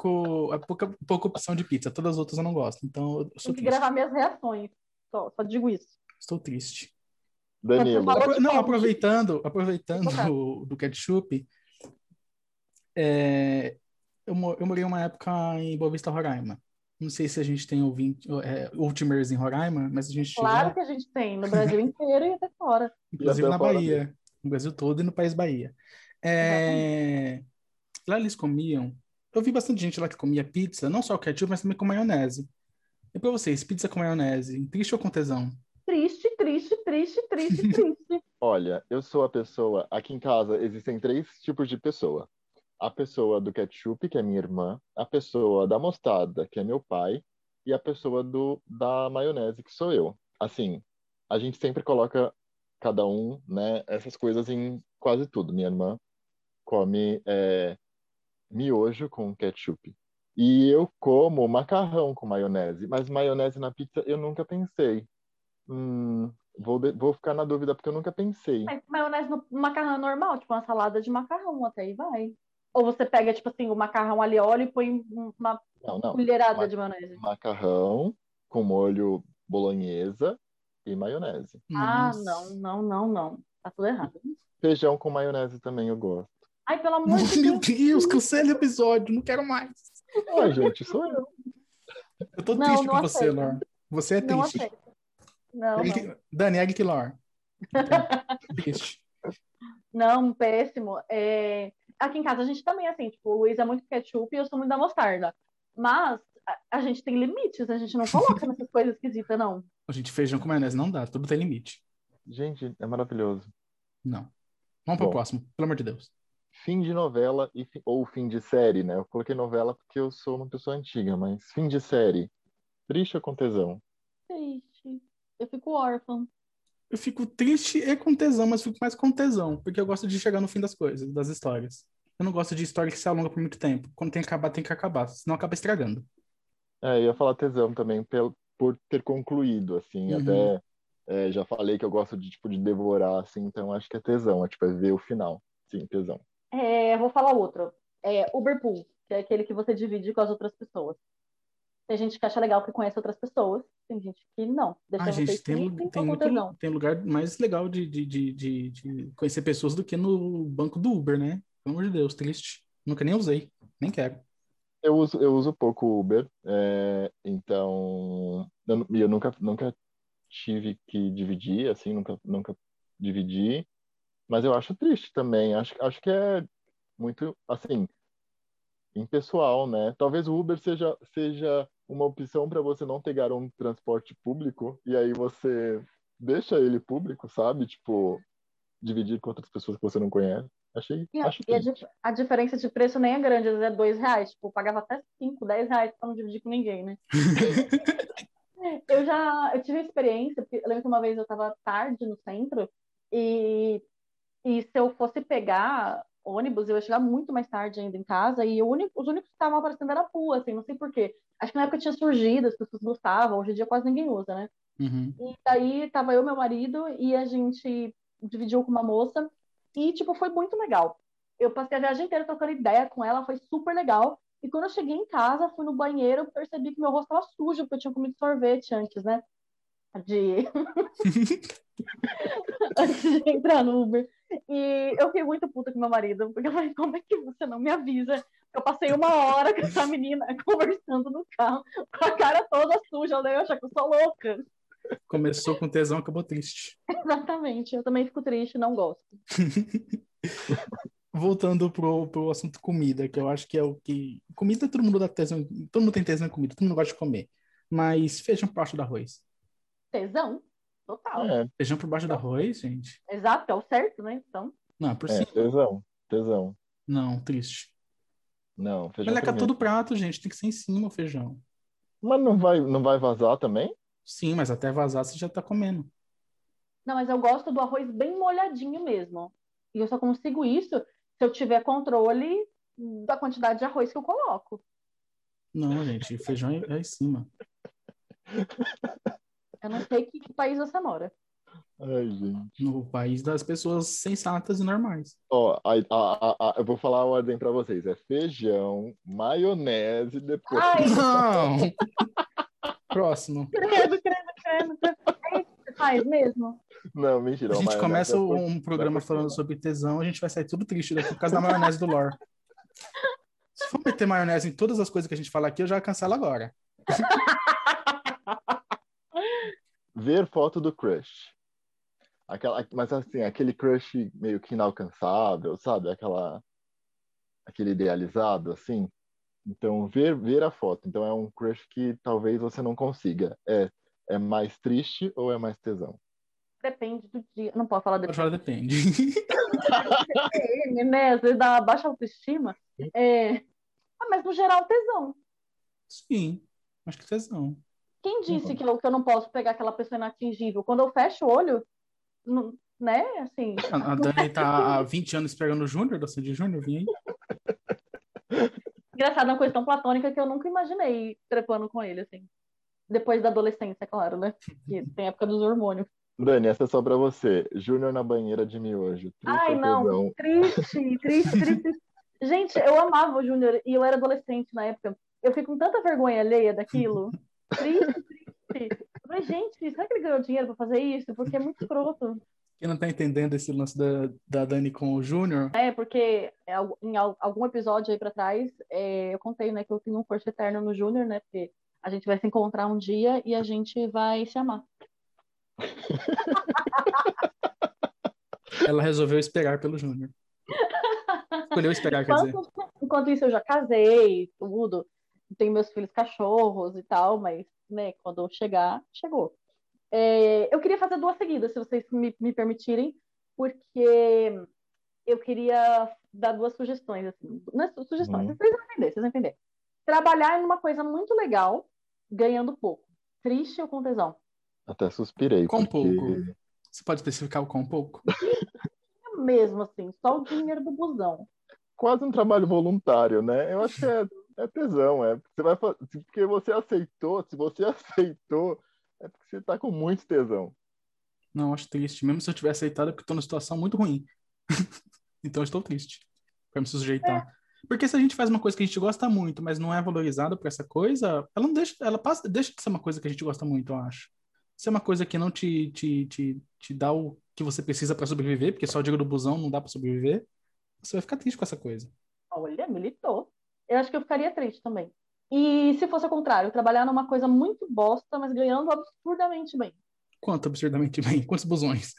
pouca opção de pizza. Todas as outras eu não gosto, então eu sou Tem que gravar triste. minhas reações. Só digo isso. Estou triste. Quando você Danilo. falou de Não, palmito, aproveitando tô chocada. do ketchup, É, eu morei uma época em Boa Vista, Roraima. Não sei se a gente tem Ultimers em Roraima, mas a gente Claro já, que a gente tem, no Brasil inteiro e até fora. E inclusive até na fora dele. Bahia, no Brasil todo e no país Bahia. Exatamente. É, lá eles comiam. Eu vi bastante gente lá que comia pizza, não só ketchup, mas também com maionese. E pra vocês, pizza com maionese, triste ou com tesão? Triste, triste, triste, triste, triste. Olha, eu sou a pessoa. Aqui em casa existem três tipos de pessoa: a pessoa do ketchup, que é minha irmã, a pessoa da mostarda, que é meu pai, e a pessoa da maionese, que sou eu. Assim, a gente sempre coloca cada um, né, essas coisas em quase tudo. Minha irmã come miojo com ketchup. E eu como macarrão com maionese, mas maionese na pizza eu nunca pensei. Vou ficar na dúvida porque eu nunca pensei. Mas maionese no macarrão é normal, tipo uma salada de macarrão, até aí vai. Ou você pega, tipo assim, o macarrão ali, óleo e põe uma Não, não. colherada Ma- de maionese. Macarrão com molho bolonhesa e maionese. Ah, não, Nossa. não, não, não. Tá tudo errado. Feijão com maionese também eu gosto. Ai, pelo amor de Meu Deus. Deus, cancela o episódio, não quero mais. Ai, gente, sou eu. Eu tô Não, triste não com você, aceito. Lor. Você é Não triste. aceito. Não, não. Dani, Eric Lor. Então, triste. Não, péssimo. Aqui em casa a gente também, assim, tipo, o Luiz é muito ketchup e eu sou muito da mostarda. Mas a gente tem limites, a gente não coloca nessas coisas esquisitas, não. Gente, feijão com maionese não dá, tudo tem limite. Gente, é maravilhoso. Não. Vamos pro Bom, próximo, pelo amor de Deus. fim de novela ou fim de série, né? Eu coloquei novela porque eu sou uma pessoa antiga, mas fim de série. Triste ou com tesão? Triste. Eu fico órfã. Eu fico triste e com tesão, mas fico mais com tesão, porque eu gosto de chegar no fim das coisas, das histórias. Eu não gosto de história que se alonga por muito tempo. Quando tem que acabar, senão acaba estragando. Eu ia falar tesão também por ter concluído, assim, Uhum. até já falei que eu gosto de, tipo, de devorar, assim, então acho que é tesão, tipo, é ver o final. Sim, tesão. Vou falar outro. Uberpool, que é aquele que você divide com as outras pessoas. Tem gente que acha legal que conhece outras pessoas, tem gente que não. Ah, Deixa vocês gente, tristes tem ou com muito tesão. tem lugar mais legal de conhecer pessoas do que no banco do Uber, né? Pelo amor de Deus, triste. Nunca nem usei, nem quero. Eu uso pouco Uber, então eu nunca tive que dividir, assim, nunca dividi, mas eu acho triste também. Acho que é muito, assim, impessoal, né? Talvez o Uber seja uma opção para você não pegar um transporte público e aí você deixa ele público, sabe? Tipo, dividir com outras pessoas que você não conhece. Acho triste. A diferença de preço nem é grande, às vezes é R$ 2. Tipo, eu pagava até 5, R$ 10 pra não dividir com ninguém, né? Eu tive experiência, porque eu lembro que uma vez eu estava tarde no centro e, e se eu fosse pegar ônibus, eu ia chegar muito mais tarde ainda em casa e os únicos que estavam aparecendo era a rua, assim, não sei por quê. Acho que na época tinha surgido, as pessoas gostavam, hoje em dia quase ninguém usa, né? Uhum. E daí tava eu e meu marido e a gente dividiu com uma moça e, tipo, foi muito legal. Eu passei a viagem inteira trocando ideia com ela, foi super legal. E quando eu cheguei em casa, fui no banheiro, percebi que meu rosto estava sujo, porque eu tinha comido sorvete antes, né? De... antes de entrar no Uber. E eu fiquei muito puta com meu marido, porque eu falei, como é que você não me avisa? Eu passei uma hora com essa menina conversando no carro, com a cara toda suja, eu achei que eu sou louca. Começou com tesão, acabou triste. Exatamente, eu também fico triste, não gosto. Voltando pro assunto comida, que eu acho que é o que. Comida todo mundo dá tesão. Todo mundo tem tesão em comida, todo mundo gosta de comer. Mas feijão por baixo do arroz. Tesão, total. É, Feijão por baixo do arroz, gente? Exato, é o certo, né? Então, Não, é por cima. tesão, tesão. Não, triste. Não, Mas feijão leca todo primeiro. prato, gente. Tem que ser em cima o feijão. Mas não vai vazar também? Sim, mas até vazar você já tá comendo. não, mas eu gosto do arroz bem molhadinho mesmo. E eu só consigo isso se eu tiver controle da quantidade de arroz que eu coloco. Não, gente, feijão é em cima. Eu não sei que país você mora. Ai, gente. No país das pessoas sensatas e normais. Ó, eu vou falar a ordem para vocês. É feijão, maionese, depois. Ai, Não! Próximo. credo, credo, credo. É isso que você faz mesmo? Não, A mentira, a gente maionese começa é um não é programa por falando cima. sobre tesão, a gente vai sair tudo triste daqui por causa da maionese do Lore. Se for meter maionese em todas as coisas que a gente fala aqui, eu já cancelo agora. Ver foto do crush. Mas assim, aquele crush meio que inalcançável, sabe? Aquele idealizado, assim. Então, ver a foto. Então, é um crush que talvez você não consiga. É mais triste ou é mais tesão? Depende do dia. Não posso falar Pode depende. falar, depende. Né? Às vezes dá baixa autoestima. Mas no geral, tesão. Sim, acho que tesão. Quem disse que eu não posso pegar aquela pessoa inatingível? Quando eu fecho o olho, né? Assim, A não Dani faz tá há sentido. 20 anos esperando o Júnior, da Sandy Júnior, vim aí. Engraçado, é uma coisa tão platônica que eu nunca imaginei trepando com ele, assim. Depois da adolescência, é claro, né? Que tem a época dos hormônios. Dani, essa é só pra você. Júnior na banheira de miojo. Triste Ai, ou não. tesão? Triste, triste, triste. Gente, eu amava o Júnior e eu era adolescente na época. Eu fiquei com tanta vergonha alheia daquilo. Triste, triste. Eu falei, gente, será que ele ganhou dinheiro pra fazer isso? Porque é muito escroto. Quem não tá entendendo esse lance da Dani com o Júnior, Porque em algum episódio aí pra trás, eu contei, né, que eu tenho um crush eterno no Júnior, né? Porque a gente vai se encontrar um dia e a gente vai se amar. ela resolveu esperar pelo Júnior. Escolheu esperar, quer dizer. Enquanto isso, eu já casei, tudo. Tenho meus filhos cachorros e tal, mas, né, quando chegar, chegou. Eu queria fazer duas seguidas, se vocês me permitirem, porque eu queria dar duas sugestões, assim. Não é sugestões, Uhum. vocês vão entender. Trabalhar em uma coisa muito legal, ganhando pouco. Triste ou com tesão? Até suspirei, Com porque pouco. Você pode especificar o com pouco? Mesmo assim, só o dinheiro do busão. quase um trabalho voluntário, né? Eu acho que é tesão, é. Você vai, porque você aceitou, se você aceitou, é porque você tá com muito tesão. Não, acho triste. Mesmo se eu tivesse aceitado, é porque estou numa situação muito ruim. Então eu estou triste para me sujeitar. Porque se a gente faz uma coisa que a gente gosta muito, mas não é valorizada por essa coisa, ela não deixa, ela passa, deixa de ser uma coisa que a gente gosta muito, eu acho. Se é uma coisa que não te dá o que você precisa para sobreviver, porque só o dinheiro do busão não dá para sobreviver, você vai ficar triste com essa coisa. Olha, militou. Eu acho que eu ficaria triste também. E se fosse ao contrário, trabalhar numa coisa muito bosta, mas ganhando absurdamente bem. Quanto absurdamente bem? Quantos busões?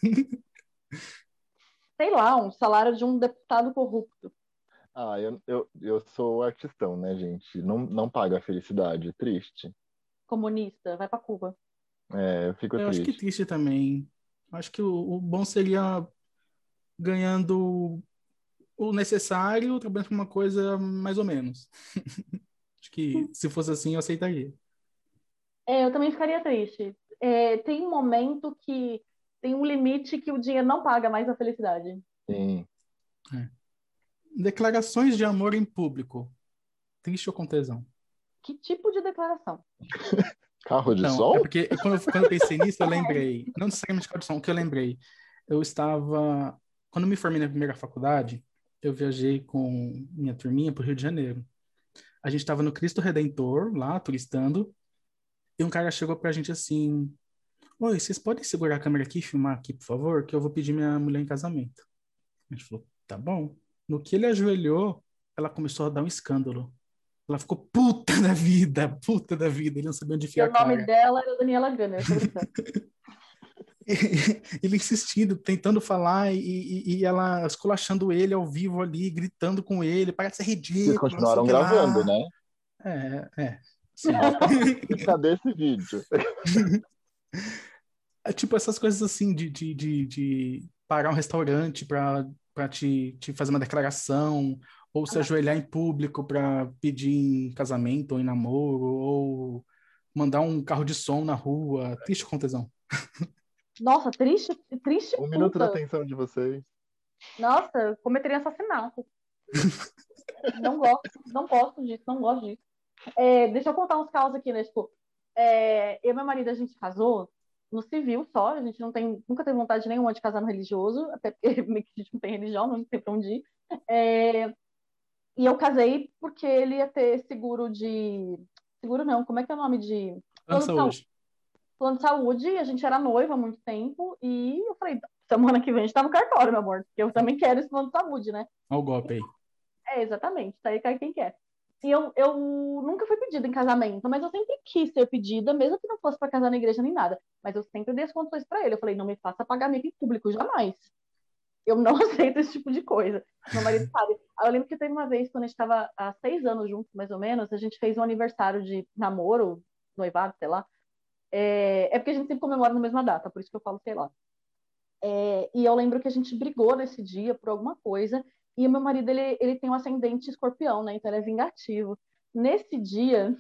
Sei lá, um salário de um deputado corrupto. Ah, eu sou artistão, né, gente? Não paga a felicidade. Triste. Comunista, vai pra Cuba. Eu fico Eu acho que triste. triste também. Acho que o bom seria ganhando o necessário, trabalhando com uma coisa mais ou menos. Acho que se fosse assim, eu aceitaria. Eu também ficaria triste. Tem um momento que tem um limite que o dinheiro não paga mais a felicidade. Sim. É. Declarações de amor em público. Triste ou com tesão? Que tipo de declaração? Carro de Então, é som? porque quando eu pensei nisso, eu lembrei, não necessariamente carro de som, o que eu lembrei, eu estava, quando eu me formei na primeira faculdade, eu viajei com minha turminha para o Rio de Janeiro. A gente estava no Cristo Redentor, lá, turistando, e um cara chegou pra gente assim, oi, vocês podem segurar a câmera aqui e filmar aqui, por favor, que eu vou pedir minha mulher em casamento. A gente falou, tá bom. No que ele ajoelhou, ela começou a dar um escândalo. Ela ficou puta da vida, ele não sabia onde E enfiar o a nome cara. dela era Daniela Gunner, tô brincando. Ele insistindo, tentando falar e ela esculachando ele ao vivo ali, gritando com ele, parece ser Vocês ridículo, não sei o continuaram que gravando, lá. né? Sim. E cadê esse vídeo? É tipo essas coisas assim de parar um restaurante para te fazer uma declaração, ou se ajoelhar em público para pedir em casamento ou em namoro, ou mandar um carro de som na rua. Triste com tesão. Nossa, triste, triste Um minuto da puta. atenção de vocês. Nossa, eu cometeria assassinato. Não gosto, não gosto disso, não gosto disso. Deixa eu contar uns casos aqui, né? Tipo, eu e meu marido, a gente casou no civil só, a gente nunca teve vontade nenhuma de casar no religioso, até porque meio que a gente não tem religião, não tem pra onde ir. É, e eu casei porque ele ia ter seguro de. Seguro não, como é que é o nome de. Plano de Plano de saúde. saúde. Plano de saúde, a gente era noiva há muito tempo, e eu falei, semana que vem a gente tá no cartório, meu amor, porque eu também quero esse plano de saúde, né? Olha o golpe aí. Exatamente, tá aí cai quem quer. E eu nunca fui pedida em casamento, mas eu sempre quis ser pedida, mesmo que não fosse para casar na igreja nem nada. Mas eu sempre dei as condições para ele. Eu falei, não me faça pagar mico em público, jamais. Eu não aceito esse tipo de coisa. Meu marido sabe. Aí eu lembro que teve uma vez, quando a gente estava há 6 anos juntos, mais ou menos, a gente fez um aniversário de namoro, noivado, sei lá. É porque a gente sempre comemora na mesma data, por isso que eu falo, sei lá. E eu lembro que a gente brigou nesse dia por alguma coisa, e o meu marido, ele tem um ascendente escorpião, né? Então ele é vingativo. Nesse dia,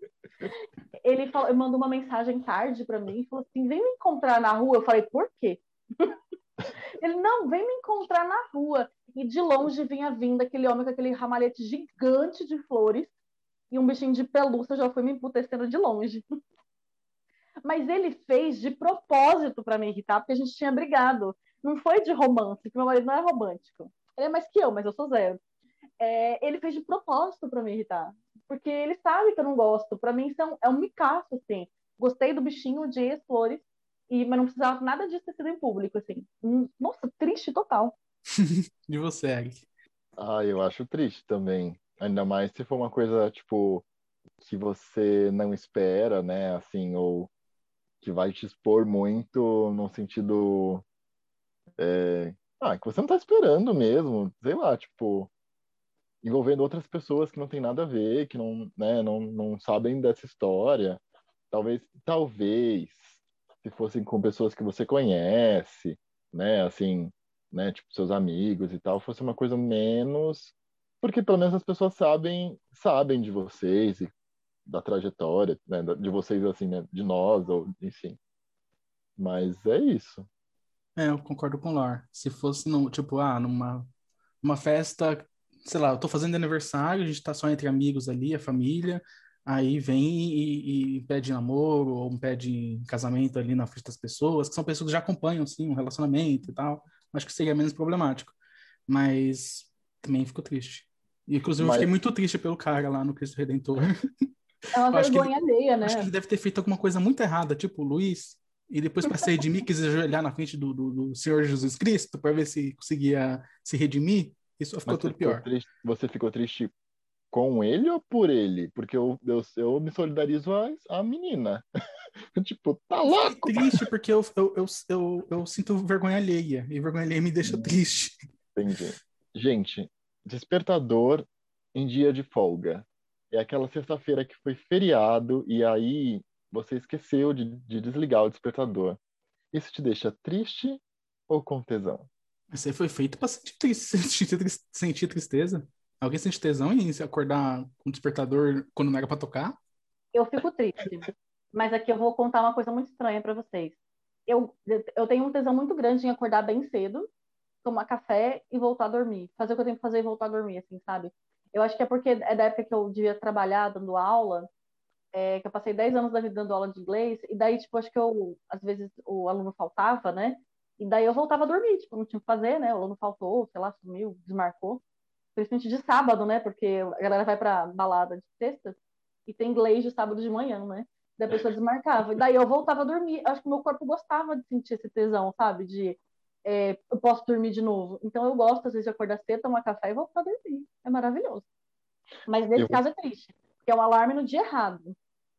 ele mandou uma mensagem tarde para mim e falou assim: vem me encontrar na rua. Eu falei, por quê? Ele, não, vem me encontrar na rua. E de longe vinha vindo aquele homem com aquele ramalhete gigante de flores e um bichinho de pelúcia já foi me emputecendo de longe. Mas ele fez de propósito para me irritar, porque a gente tinha brigado. Não foi de romance, porque meu marido não é romântico. Ele é mais que eu, mas eu sou zero. Ele fez de propósito para me irritar, porque ele sabe que eu não gosto. Para mim, isso é um micaço, assim. Gostei do bichinho, de flores, mas não precisava nada disso ter sido em público, assim. Nossa, triste total. De você, Eric. Ah, eu acho triste também. Ainda mais se for uma coisa, tipo, que você não espera, né? Assim, ou que vai te expor muito no sentido. Que você não tá esperando mesmo. Sei lá, tipo, envolvendo outras pessoas que não tem nada a ver, que não, né, não sabem dessa história. Talvez, se fossem com pessoas que você conhece, né, assim, né, tipo seus amigos e tal, fosse uma coisa menos, porque pelo menos as pessoas sabem de vocês e da trajetória, né, de vocês assim, né, de nós ou enfim. Mas é isso. Eu concordo com o Lar. Se fosse, tipo, numa festa, sei lá, eu tô fazendo aniversário, a gente tá só entre amigos ali, a família, aí vem e pede namoro ou pede casamento ali na frente das pessoas, que são pessoas que já acompanham, sim, um relacionamento e tal. Acho que seria menos problemático. Mas também fico triste. E, inclusive, eu fiquei Mas, muito triste pelo cara lá no Cristo Redentor. É uma Eu vergonha alheia, acho que né? ele deve ter feito alguma coisa muito errada, tipo o Luiz, e depois para se redimir quis ajoelhar na frente do Senhor Jesus Cristo para ver se conseguia se redimir, e só ficou mas tudo pior. você ficou triste com ele ou por ele? Porque eu me solidarizo a menina. Tipo, tá Eu fiquei louco? triste porque eu sinto vergonha alheia, e vergonha alheia me deixa triste. Entendi. Gente, despertador em dia de folga. É aquela sexta-feira que foi feriado e aí você esqueceu de desligar o despertador. Isso te deixa triste ou com tesão? Você foi feito para sentir tristeza. Alguém sente tesão em se acordar com o despertador quando não era para tocar? Eu fico triste. Mas aqui eu vou contar uma coisa muito estranha para vocês. Eu tenho um tesão muito grande em acordar bem cedo, tomar café e voltar a dormir. Fazer o que eu tenho que fazer e voltar a dormir, assim, sabe? Eu acho que é porque é da época que eu devia trabalhar dando aula, que eu passei 10 anos da vida dando aula de inglês, e daí, tipo, acho que às vezes o aluno faltava, né? E daí eu voltava a dormir, tipo, não tinha o que fazer, né? O aluno faltou, sei lá, sumiu, desmarcou. Principalmente de sábado, né? Porque a galera vai pra balada de sexta e tem inglês de sábado de manhã, né? Daí a pessoa desmarcava. E daí eu voltava a dormir. Acho que meu corpo gostava de sentir esse tesão, sabe? Eu posso dormir de novo. Então eu gosto, às vezes, de acordar cedo, tomar café e voltar a dormir. É maravilhoso. Mas Eu, nesse caso é triste, porque é um alarme no dia errado.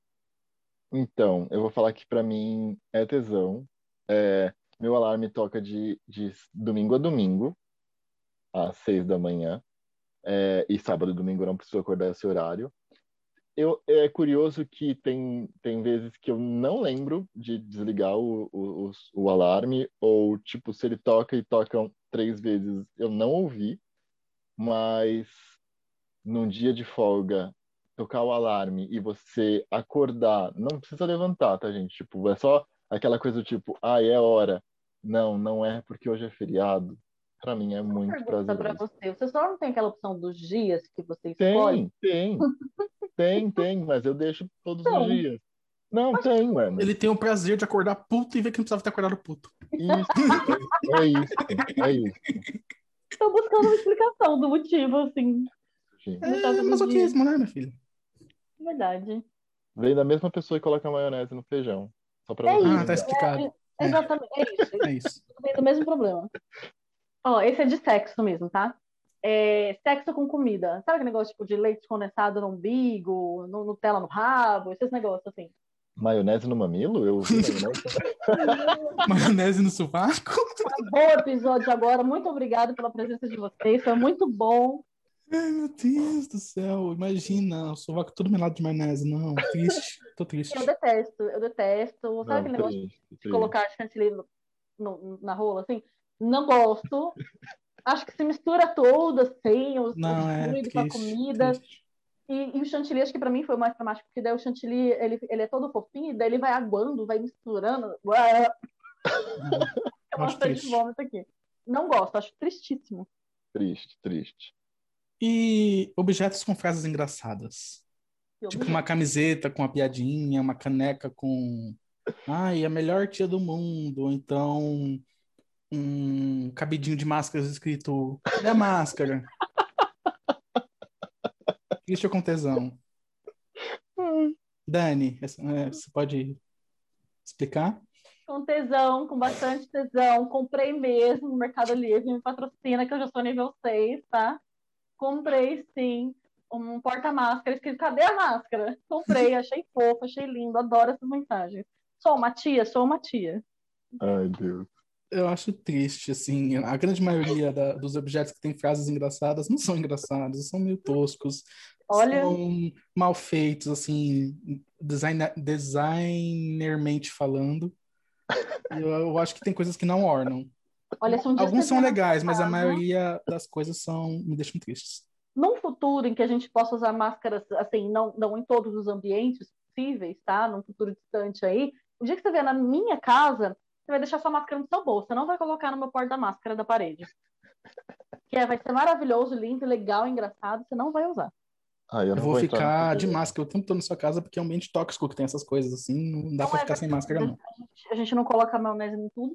então, eu vou falar que pra mim é tesão. Meu alarme toca de domingo a domingo, às 6 da manhã. E sábado e domingo eu não preciso acordar esse horário. É curioso que tem vezes que eu não lembro de desligar o alarme, ou tipo, se ele toca e toca 3 vezes, eu não ouvi, mas num dia de folga, tocar o alarme e você acordar, não precisa levantar, tá, gente? Tipo, é só aquela coisa do tipo, é hora. Não, não é porque hoje é feriado. Pra mim é Uma muito pergunta para prazeroso. você. Você só não tem aquela opção dos dias que você escolhe? Tem, tem, tem, mas eu deixo todos os Então, dias. Não, acho que tem, mano. Ele tem o prazer de acordar puto e ver que não precisava ter acordado puto. Isso, é isso, é isso, estou buscando uma explicação do motivo, assim, gente. no caso É do dia. masoquismo, né, meu filho? Verdade. Vem da mesma pessoa que coloca maionese no feijão. Só pra É você Ah, tá isso, lembrar. explicado. É, exatamente, é isso. é isso. Tudo bem do mesmo problema. Ó, esse é de sexo mesmo, tá? Sexo com comida. Sabe aquele negócio tipo, de leite condensado no umbigo, Nutella no rabo, esses negócios assim. Maionese no mamilo? Eu ouvi maionese. Maionese no sovaco? Acabou o episódio agora. Muito obrigada pela presença de vocês. Foi muito bom. Ai, meu Deus do céu. Imagina, o sovaco todo melado de maionese. Não, triste. Tô Eu triste. detesto, eu detesto. Sabe Não, aquele negócio triste, de triste. colocar chantilly na rola, assim? Não gosto. Acho que se mistura tudo, assim, o Não, é fluido com a triste, comida. triste. E o chantilly, acho que pra mim foi o mais traumático, porque daí o chantilly, ele é todo fofinho, daí ele vai aguando, vai misturando. Ué, é Eu uma acho sede de triste. vômito aqui. Não gosto, acho tristíssimo. Triste, triste. E objetos com frases engraçadas. Que Tipo uma objeto. camiseta com uma piadinha, uma caneca com... Ai, a melhor tia do mundo. Ou então um cabidinho de máscaras escrito cadê a máscara? Triste ou com tesão? Dani, você pode explicar? Com tesão, com bastante tesão. Comprei mesmo no Mercado Livre, me patrocina, que eu já sou nível 6, tá? Comprei sim um porta-máscara escrito cadê a máscara? Comprei, achei fofo, achei lindo, adoro essas mensagens. Sou uma tia, sou uma tia. Ai, Deus. Eu acho triste, assim, a grande maioria dos objetos que têm frases engraçadas não são engraçados, são meio toscos, Olha, são mal feitos, assim, designermente falando. Eu acho que tem coisas que não ornam. olha, se um dia você Alguns são vier na minha legais, mas a casa, maioria das coisas me deixam tristes. num futuro em que a gente possa usar máscaras, assim, não em todos os ambientes possíveis, tá? Num futuro distante aí, o dia que você vier na minha casa, você vai deixar sua máscara no seu bolso, você não vai colocar no meu porta-máscara da parede. Vai ser maravilhoso, lindo, legal, engraçado, você não vai usar. Ai, eu Eu não vou vou entrar nessa ficar de polêmica. máscara o tempo todo na sua casa porque é um ambiente tóxico que tem essas coisas, assim, não dá Não pra é ficar sem máscara, verdade. não. A gente não coloca maionese em tudo.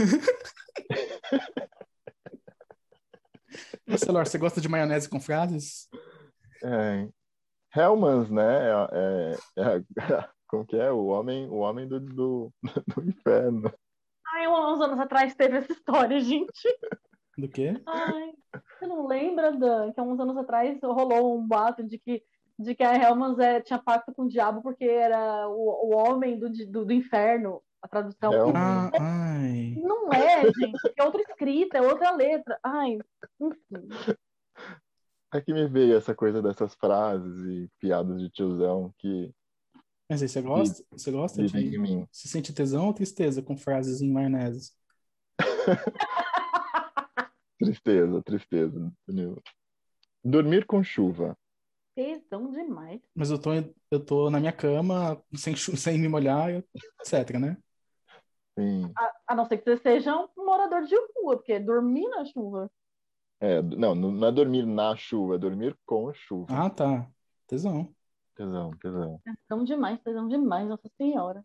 Você, Lor, você gosta de maionese com frases? É, Hellmann's, né? Como que é? O homem do inferno. Ai, uns anos atrás teve essa história, gente. Do quê? Ai, você não lembra, Dan, que há uns anos atrás rolou um boato de que a Hellmann's tinha pacto com o diabo porque era o homem do inferno, a tradução. Ah, Hellmann's. ai. Não é, gente. É outra escrita, é outra letra. Ai, enfim. É que me veio essa coisa dessas frases e piadas de tiozão que Mas aí, você vi- gosta? Você gosta vivem em de mim. se sentir tesão ou tristeza com frases em maionese? Tristeza, tristeza. Entendeu? Dormir com chuva. Tesão demais. Mas eu tô na minha cama, sem me molhar, etc, né? Sim. A não ser que você seja um morador de rua, porque dormir na chuva. Não é dormir na chuva, é dormir com chuva. Ah, tá. Tesão. Tesão, tesão. Tesão demais, Nossa Senhora.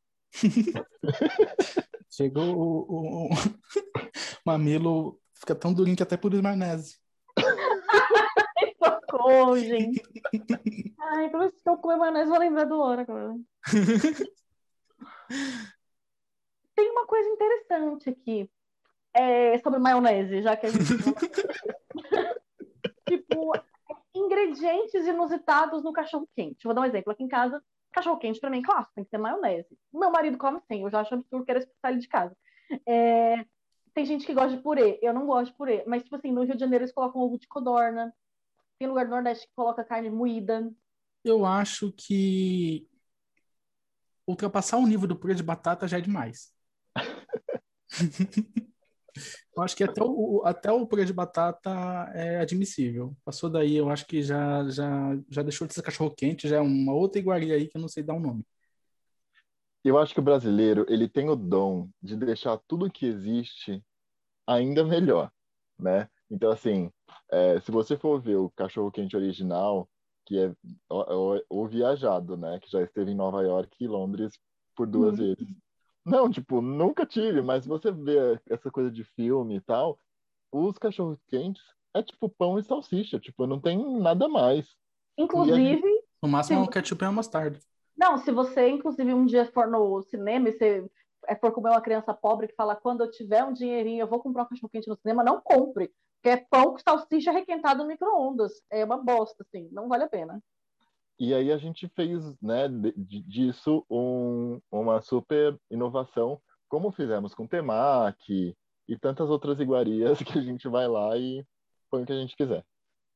Chegou o mamilo, fica tão durinho que até por maionese. Socorro, gente. Ai, toda vez que eu comer maionese, eu vou lembrar do Hora agora. Tem uma coisa interessante aqui sobre maionese, já que a gente. Tipo, ingredientes inusitados no cachorro-quente. Vou dar um exemplo. Aqui em casa, cachorro-quente, pra mim, claro, tem que ter maionese. O meu marido come sim, eu já acho absurdo que era especial de casa. Tem gente que gosta de purê, eu não gosto de purê. Mas, tipo assim, no Rio de Janeiro eles colocam ovo de codorna. Tem lugar do Nordeste que coloca carne moída. Eu acho que ultrapassar o nível do purê de batata já é demais. Eu acho que até o purê de batata é admissível. Passou daí, eu acho que já deixou de ser cachorro-quente, já é uma outra iguaria aí que eu não sei dar o nome. Eu acho que o brasileiro, ele tem o dom de deixar tudo que existe ainda melhor, né? Então, assim, se você for ver o cachorro-quente original, que é o viajado, né? Que já esteve em Nova York e Londres por 2 vezes. Não, tipo, nunca tive, mas você vê essa coisa de filme e tal, os cachorros-quentes é tipo pão e salsicha, tipo, não tem nada mais. E a gente, Inclusive, No se, máximo é um ketchup e uma mostarda. não, se você, inclusive, um dia for no cinema e você for comer uma criança pobre que fala, quando eu tiver um dinheirinho, eu vou comprar um cachorro-quente no cinema, não compre. Que é pão com salsicha requentada no micro-ondas. É uma bosta, assim, não vale a pena. E aí a gente fez, né, disso uma super inovação, como fizemos com temaki e tantas outras iguarias que a gente vai lá e põe o que a gente quiser.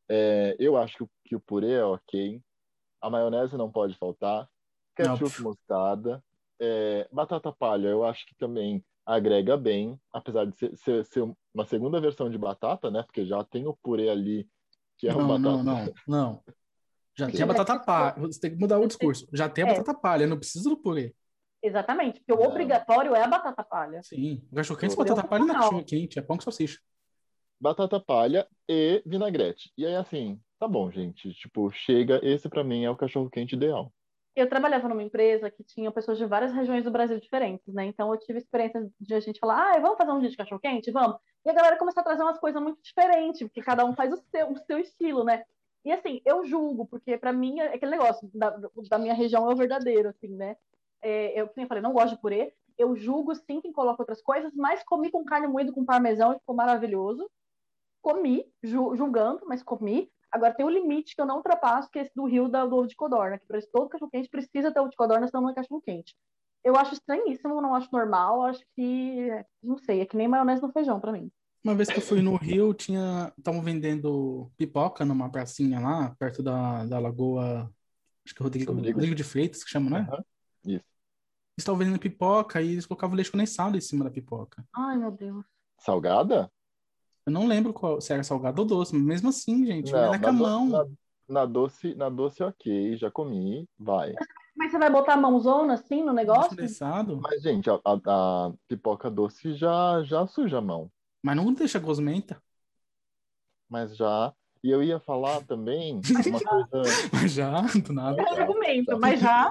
Eu acho que o purê é ok, a maionese não pode faltar, ketchup, Óbvio. mostarda, batata palha eu acho que também agrega bem, apesar de ser uma segunda versão de batata, né, porque já tem o purê ali, que é o Não, não, batata. não, não. Já tem a Sim, mas batata palha. Você tem que mudar o discurso. Já tem a é, batata palha, não precisa do purê. exatamente, porque o Não. obrigatório é a batata palha. Sim. O cachorro quente, O purê é batata palha não é cachorro opcional. quente, é pão com salsicha. Batata palha e vinagrete. E aí, assim, tá bom, gente. Tipo, chega. Esse pra mim é o cachorro-quente ideal. Eu trabalhava numa empresa que tinha pessoas de várias regiões do Brasil diferentes, né? Então eu tive experiência de a gente falar, vamos fazer um dia de cachorro-quente? Vamos. E a galera começou a trazer umas coisas muito diferentes, porque cada um faz o seu estilo, né? E assim, eu julgo, porque pra mim é aquele negócio da minha região é o verdadeiro, assim, né? Eu, como eu falei, não gosto de purê. Eu julgo sim quem coloca outras coisas, mas comi com carne moída com parmesão e ficou maravilhoso. Comi, julgando, mas comi. Agora tem um limite que eu não ultrapasso, que é esse do rio do ovo de codorna, que para todo cachorro-quente precisa ter ovo de codorna, senão não é cachorro-quente. Eu acho estranhíssimo, não acho normal, acho que, não sei, é que nem maionese no feijão para mim. Uma vez que eu fui no Rio, estavam vendendo pipoca numa pracinha lá, perto da lagoa, acho que é Rodrigo? Rodrigo de Freitas, que chama, né? Aham. Isso. Eles estavam vendendo pipoca e eles colocavam leite condensado em cima da pipoca. Ai, meu Deus. Salgada? Eu não lembro se era salgado ou doce, mas mesmo assim, gente, vai Não, na camão. na doce, ok, já comi, vai. Mas você vai botar a mãozona assim no Leite negócio? condensado, Mas, gente, a pipoca doce já suja a mão. mas não deixa gosmenta. Mas já. E eu ia falar também uma coisa. Mas já, do É nada. um Já, argumento, já. mas já.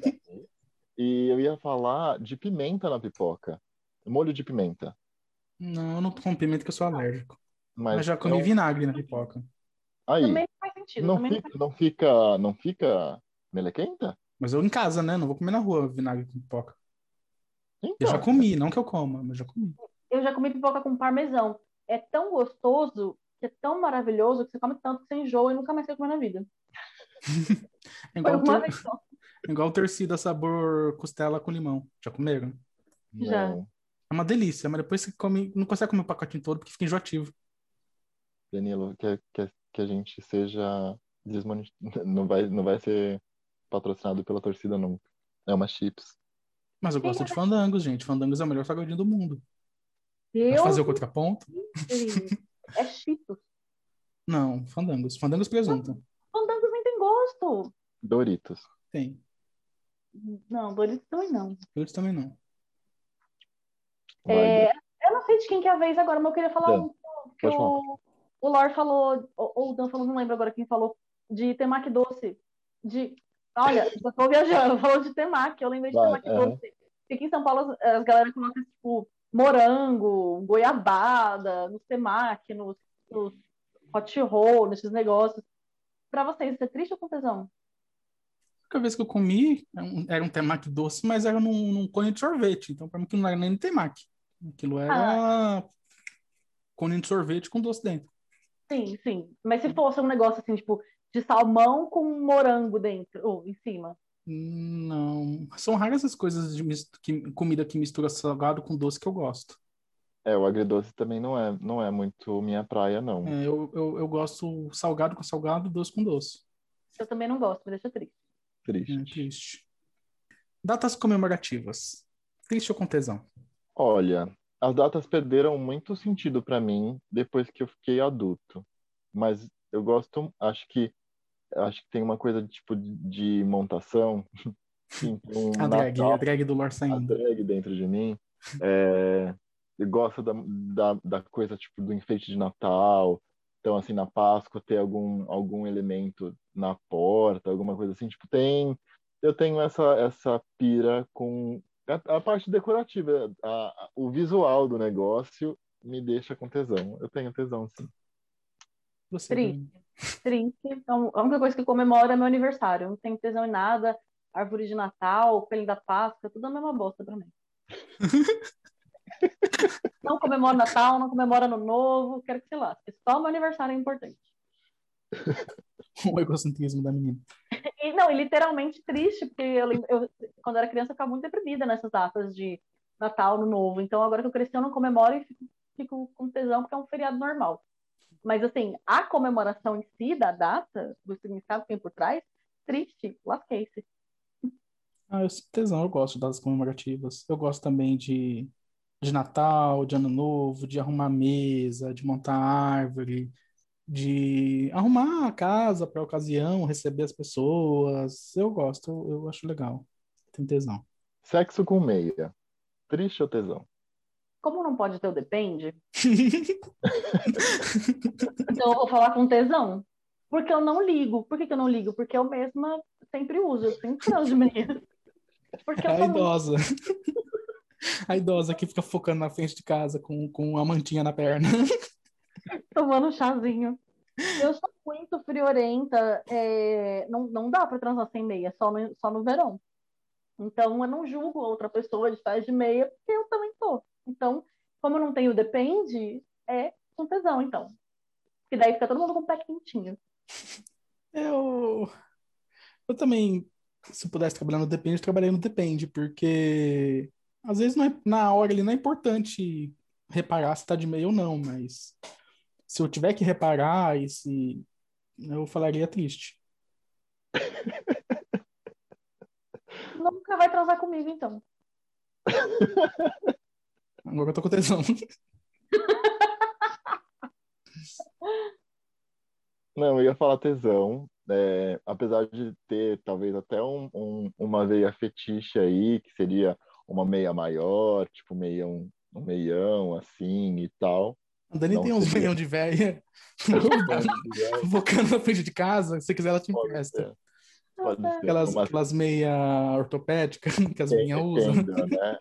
E eu ia falar de pimenta na pipoca. Molho de pimenta. Não, eu não como pimenta que eu sou alérgico. Mas Mas já é comi vinagre na pipoca. aí, Também não faz sentido, também não faz. não fica melequenta? Mas eu em casa, né? Não vou comer na rua vinagre com pipoca. Eu já Então, comi, não que eu coma, mas já comi. Eu já comi pipoca com parmesão. É tão gostoso, que é tão maravilhoso, que você come tanto que você enjoa e nunca mais quer comer na vida. É Foi igual, uma vez só. é igual torcida sabor costela com limão. Já comeram? Já. não. É uma delícia, mas depois você come, não consegue comer o pacotinho todo porque fica enjoativo. Danilo, que a gente seja desmonetizado. Não vai ser patrocinado pela torcida nunca. É uma chips. Mas eu Quem gosto é de fandangos, gente. Fandangos é o melhor salgadinho do mundo. Vai fazer Deus o contraponto? livre? É Cheetos. Não, fandangos. Fandangos presunto. Fandangos nem tem gosto. Doritos. Tem. Não, Doritos também não. Eles também não. Vai, Eu não sei de quem que é a vez agora, mas eu queria falar Dan, um que pode falar. o Lore falou, ou o Dan falou, não lembro agora quem falou, de temaki doce. Olha, eu tô viajando, falou de temaki, eu lembrei de Vai, temaki doce. aham. Porque aqui em São Paulo as galera colocam, tipo, morango, goiabada, nos temaki, nos hot roll, nesses negócios. Pra vocês, isso é triste ou com tesão? A única vez que eu comi era um temaki doce, mas era num cone de sorvete. Então, pra mim, aquilo não era nem temaki. Aquilo Ah, era cone de sorvete com doce dentro. sim, sim. Mas se fosse um negócio assim, tipo, de salmão com morango dentro, ou em cima. Não. São raras as coisas comida que mistura salgado com doce que eu gosto. O agridoce também não é muito minha praia, não. Eu gosto salgado com salgado, doce com doce. Eu também não gosto, me deixa triste. É Triste. triste. Datas comemorativas. Triste ou com tesão? Olha, as datas perderam muito sentido para mim depois que eu fiquei adulto. Mas eu gosto, acho que tem uma coisa de tipo de montação, sim, tem um A Natal, drag do Lor a saindo. drag dentro de mim. É, eu gosto da coisa tipo do enfeite de Natal. Então, assim, na Páscoa ter algum elemento na porta, alguma coisa assim. Tipo, eu tenho essa pira com a parte decorativa, o visual do negócio me deixa com tesão. Eu tenho tesão, sim. Você, Triste, Dani. triste. Então, a única coisa que comemora é meu aniversário. Eu não tenho tesão em nada. Árvore de Natal, coelho da Páscoa, tudo é a mesma bosta pra mim. Não comemoro Natal, não comemoro Ano Novo, quero que se lasque. Só meu aniversário é importante. O egocentrismo da menina. E, não, e literalmente triste, porque quando eu era criança, eu ficava muito deprimida nessas datas de Natal, Ano Novo. Então, agora que eu cresci, eu não comemoro e fico com tesão, porque é um feriado normal. Mas, assim, a comemoração em si da data, do significado que tem por trás, triste, lasquei-se. Eu sinto tesão, eu gosto das comemorativas. Eu gosto também de Natal, de Ano Novo, de arrumar mesa, de montar árvore, de arrumar a casa para a ocasião, receber as pessoas. Eu gosto, eu acho legal. Tem tesão. Sexo com meia. Triste ou tesão? Como não pode ter o depende, então eu vou falar com tesão. Porque eu não ligo. Por que eu não ligo? Porque eu mesma sempre uso, eu sempre transo de meia. Porque É eu a sou muito idosa. A idosa que fica focando na frente de casa com uma mantinha na perna. tomando um chazinho. Eu sou muito friorenta, não dá pra transar sem meia, só no verão. Então eu não julgo outra pessoa de estar de meia, porque eu também tô. Então, como eu não tenho depende, é com tesão, então. Porque daí fica todo mundo com o pé quentinho. Eu, eu também, se pudesse trabalhar no Depende, eu trabalharia no Depende, porque às vezes na hora ali não é importante reparar se tá de meia ou não, mas se eu tiver que reparar e se eu falaria triste. Nunca vai transar comigo, então. Agora eu tô com tesão. Não, eu ia falar tesão. Apesar de ter talvez até uma veia fetiche aí, que seria uma meia maior, tipo um meião assim e tal. A Dani Não tem uns seria meião de véia um focando na frente de casa. Se quiser, ela te pode empresta. ser, pode ser. Aquelas meia ortopédicas que as minhas usam. Tenda, né?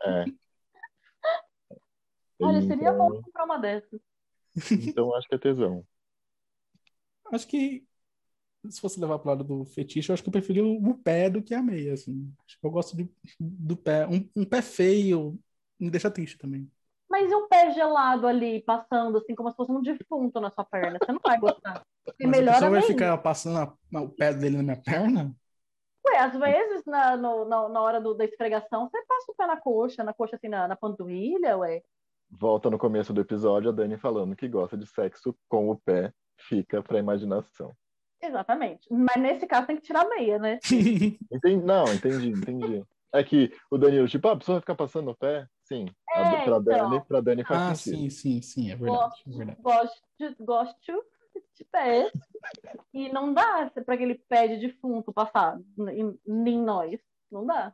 Olha, seria bom Então, comprar uma dessas. então acho que é tesão. Acho que se fosse levar pro lado do fetiche, eu acho que eu preferi o pé do que a meia, assim. Acho que eu gosto do pé. Um pé feio me deixa triste também. Mas e um pé gelado ali, passando assim, como se fosse um defunto na sua perna? Você não vai gostar. E Mas a melhor pessoa vai ainda. ficar passando o pé dele na minha perna? Ué, às vezes, na hora da esfregação, você passa o pé na coxa assim, na panturrilha, ué. Volta no começo do episódio, a Dani falando que gosta de sexo com o pé, fica pra imaginação. Exatamente. Mas nesse caso tem que tirar a meia, né? Não, entendi. É que o Danilo, tipo, a pessoa vai ficar passando o pé? Sim. Então, Pra Dani faz Ah, sentido. sim, é verdade. É verdade. gosto de pé. E não dá para aquele pé de defunto passar em nós. Não dá.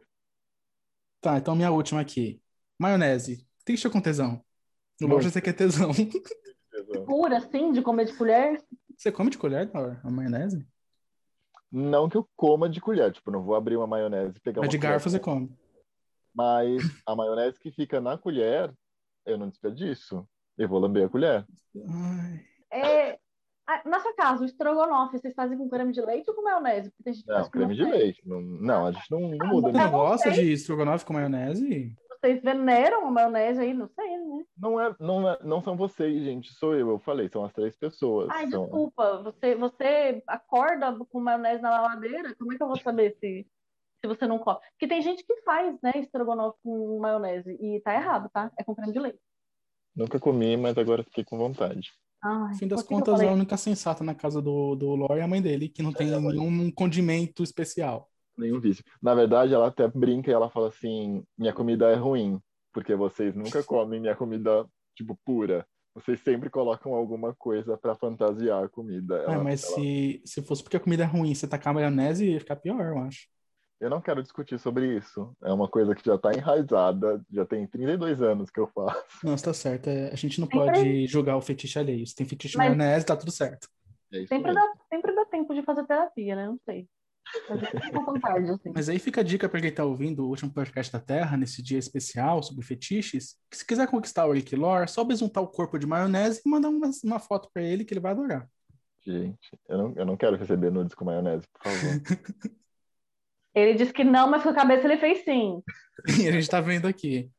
Tá, então minha última aqui. Maionese. Triste ou com tesão? O Laura já Muito sei que é tesão. tesão. Pura, assim, de comer de colher. Você come de colher, Laura, a maionese? Não que eu coma de colher, tipo, não vou abrir uma maionese e pegar Mas uma de colher. garfo você come. Mas a maionese que fica na colher, eu não desperdiço. Eu vou lamber a colher. Ai. É, na sua casa, o estrogonofe, vocês fazem com creme de leite ou com maionese? Porque tem gente que faz Não, com creme de maionese. leite. Não, a gente não muda Você não nisso. gosta de estrogonofe com maionese? Vocês veneram a maionese aí? Não sei, né? Não são vocês, gente, sou eu falei, são as três pessoas. Ai, desculpa. Você acorda com maionese na mamadeira? Como é que eu vou saber se você não come? Porque tem gente que faz, né, estrogonofe com maionese. E tá errado, tá? É com creme de leite. Nunca comi, mas agora fiquei com vontade. Ai, No fim das por que que eu contas, a falei? única sensata na casa do Lore é a mãe dele, que não tem nenhum condimento especial. Nenhum vício. Na verdade, ela até brinca e ela fala assim: minha comida é ruim, porque vocês nunca comem minha comida, tipo, pura. Vocês sempre colocam alguma coisa pra fantasiar a comida. Mas se fosse porque a comida é ruim, você tacar maionese, ia ficar pior, eu acho. Eu não quero discutir sobre isso. É uma coisa que já tá enraizada, já tem 32 anos que eu faço. Não, você tá certo. A gente não Sempre, pode julgar o fetiche alheio. Se tem fetiche mas maionese, tá tudo certo. É isso sempre mesmo. sempre dá tempo de fazer terapia, né? Não sei. Mas não tão tarde, assim. Mas aí fica a dica para quem tá ouvindo o último podcast da Terra, nesse dia especial sobre fetiches, que se quiser conquistar o Rick Lore, é só besuntar o corpo de maionese e mandar uma foto para ele que ele vai adorar. Gente, eu não quero receber nudes com maionese, por favor. Ele disse que não, mas com a cabeça ele fez sim. E a gente tá vendo aqui.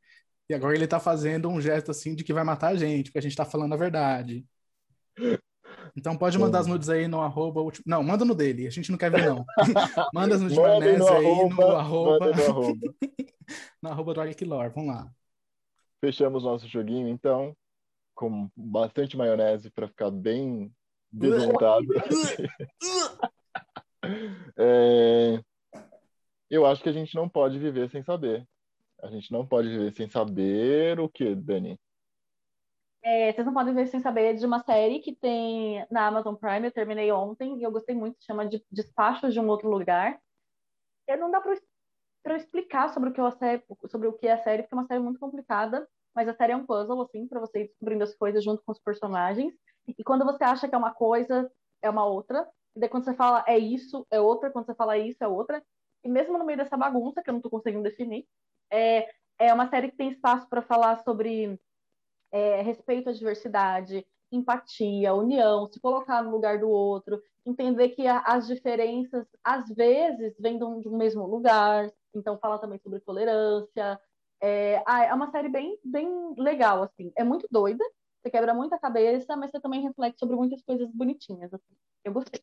E agora ele tá fazendo um gesto assim de que vai matar a gente, porque a gente tá falando a verdade. Então pode mandar as Bom. nudes aí no arroba. Não, manda no dele, a gente não quer ver, não. Manda as nudes de Mandem no maionese aí no arroba, arroba, mandem no arroba. no arroba do Arquilor. Vamos lá. Fechamos nosso joguinho, então, com bastante maionese para ficar bem besuntado. É, eu acho que a gente não pode viver sem saber. A gente não pode viver sem saber o que, Dani? Vocês não podem ver sem saber de uma série que tem na Amazon Prime, eu terminei ontem e eu gostei muito, chama de Despachos de um Outro Lugar. Não dá para eu explicar sobre o que é a série, porque é uma série muito complicada, mas a série é um puzzle, assim, para você ir descobrindo as coisas junto com os personagens. E quando você acha que é uma coisa, é uma outra. E daí quando você fala é isso, é outra. Quando você fala isso, é outra. E mesmo no meio dessa bagunça, que eu não tô conseguindo definir, é, é uma série que tem espaço para falar sobre respeito à diversidade, empatia, união, se colocar no lugar do outro, entender que as diferenças, às vezes, vêm de um mesmo lugar. Então, fala também sobre tolerância. É uma série bem, bem legal, assim. É muito doida, você quebra muita cabeça, mas você também reflete sobre muitas coisas bonitinhas, assim. Eu gostei.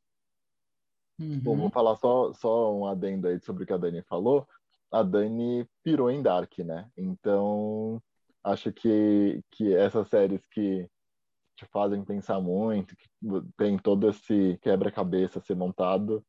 Bom, vou Uhum. falar só um adendo aí sobre o que a Dani falou. A Dani pirou em Dark, né? Então, acho que essas séries que te fazem pensar muito, que tem todo esse quebra-cabeça a ser montado,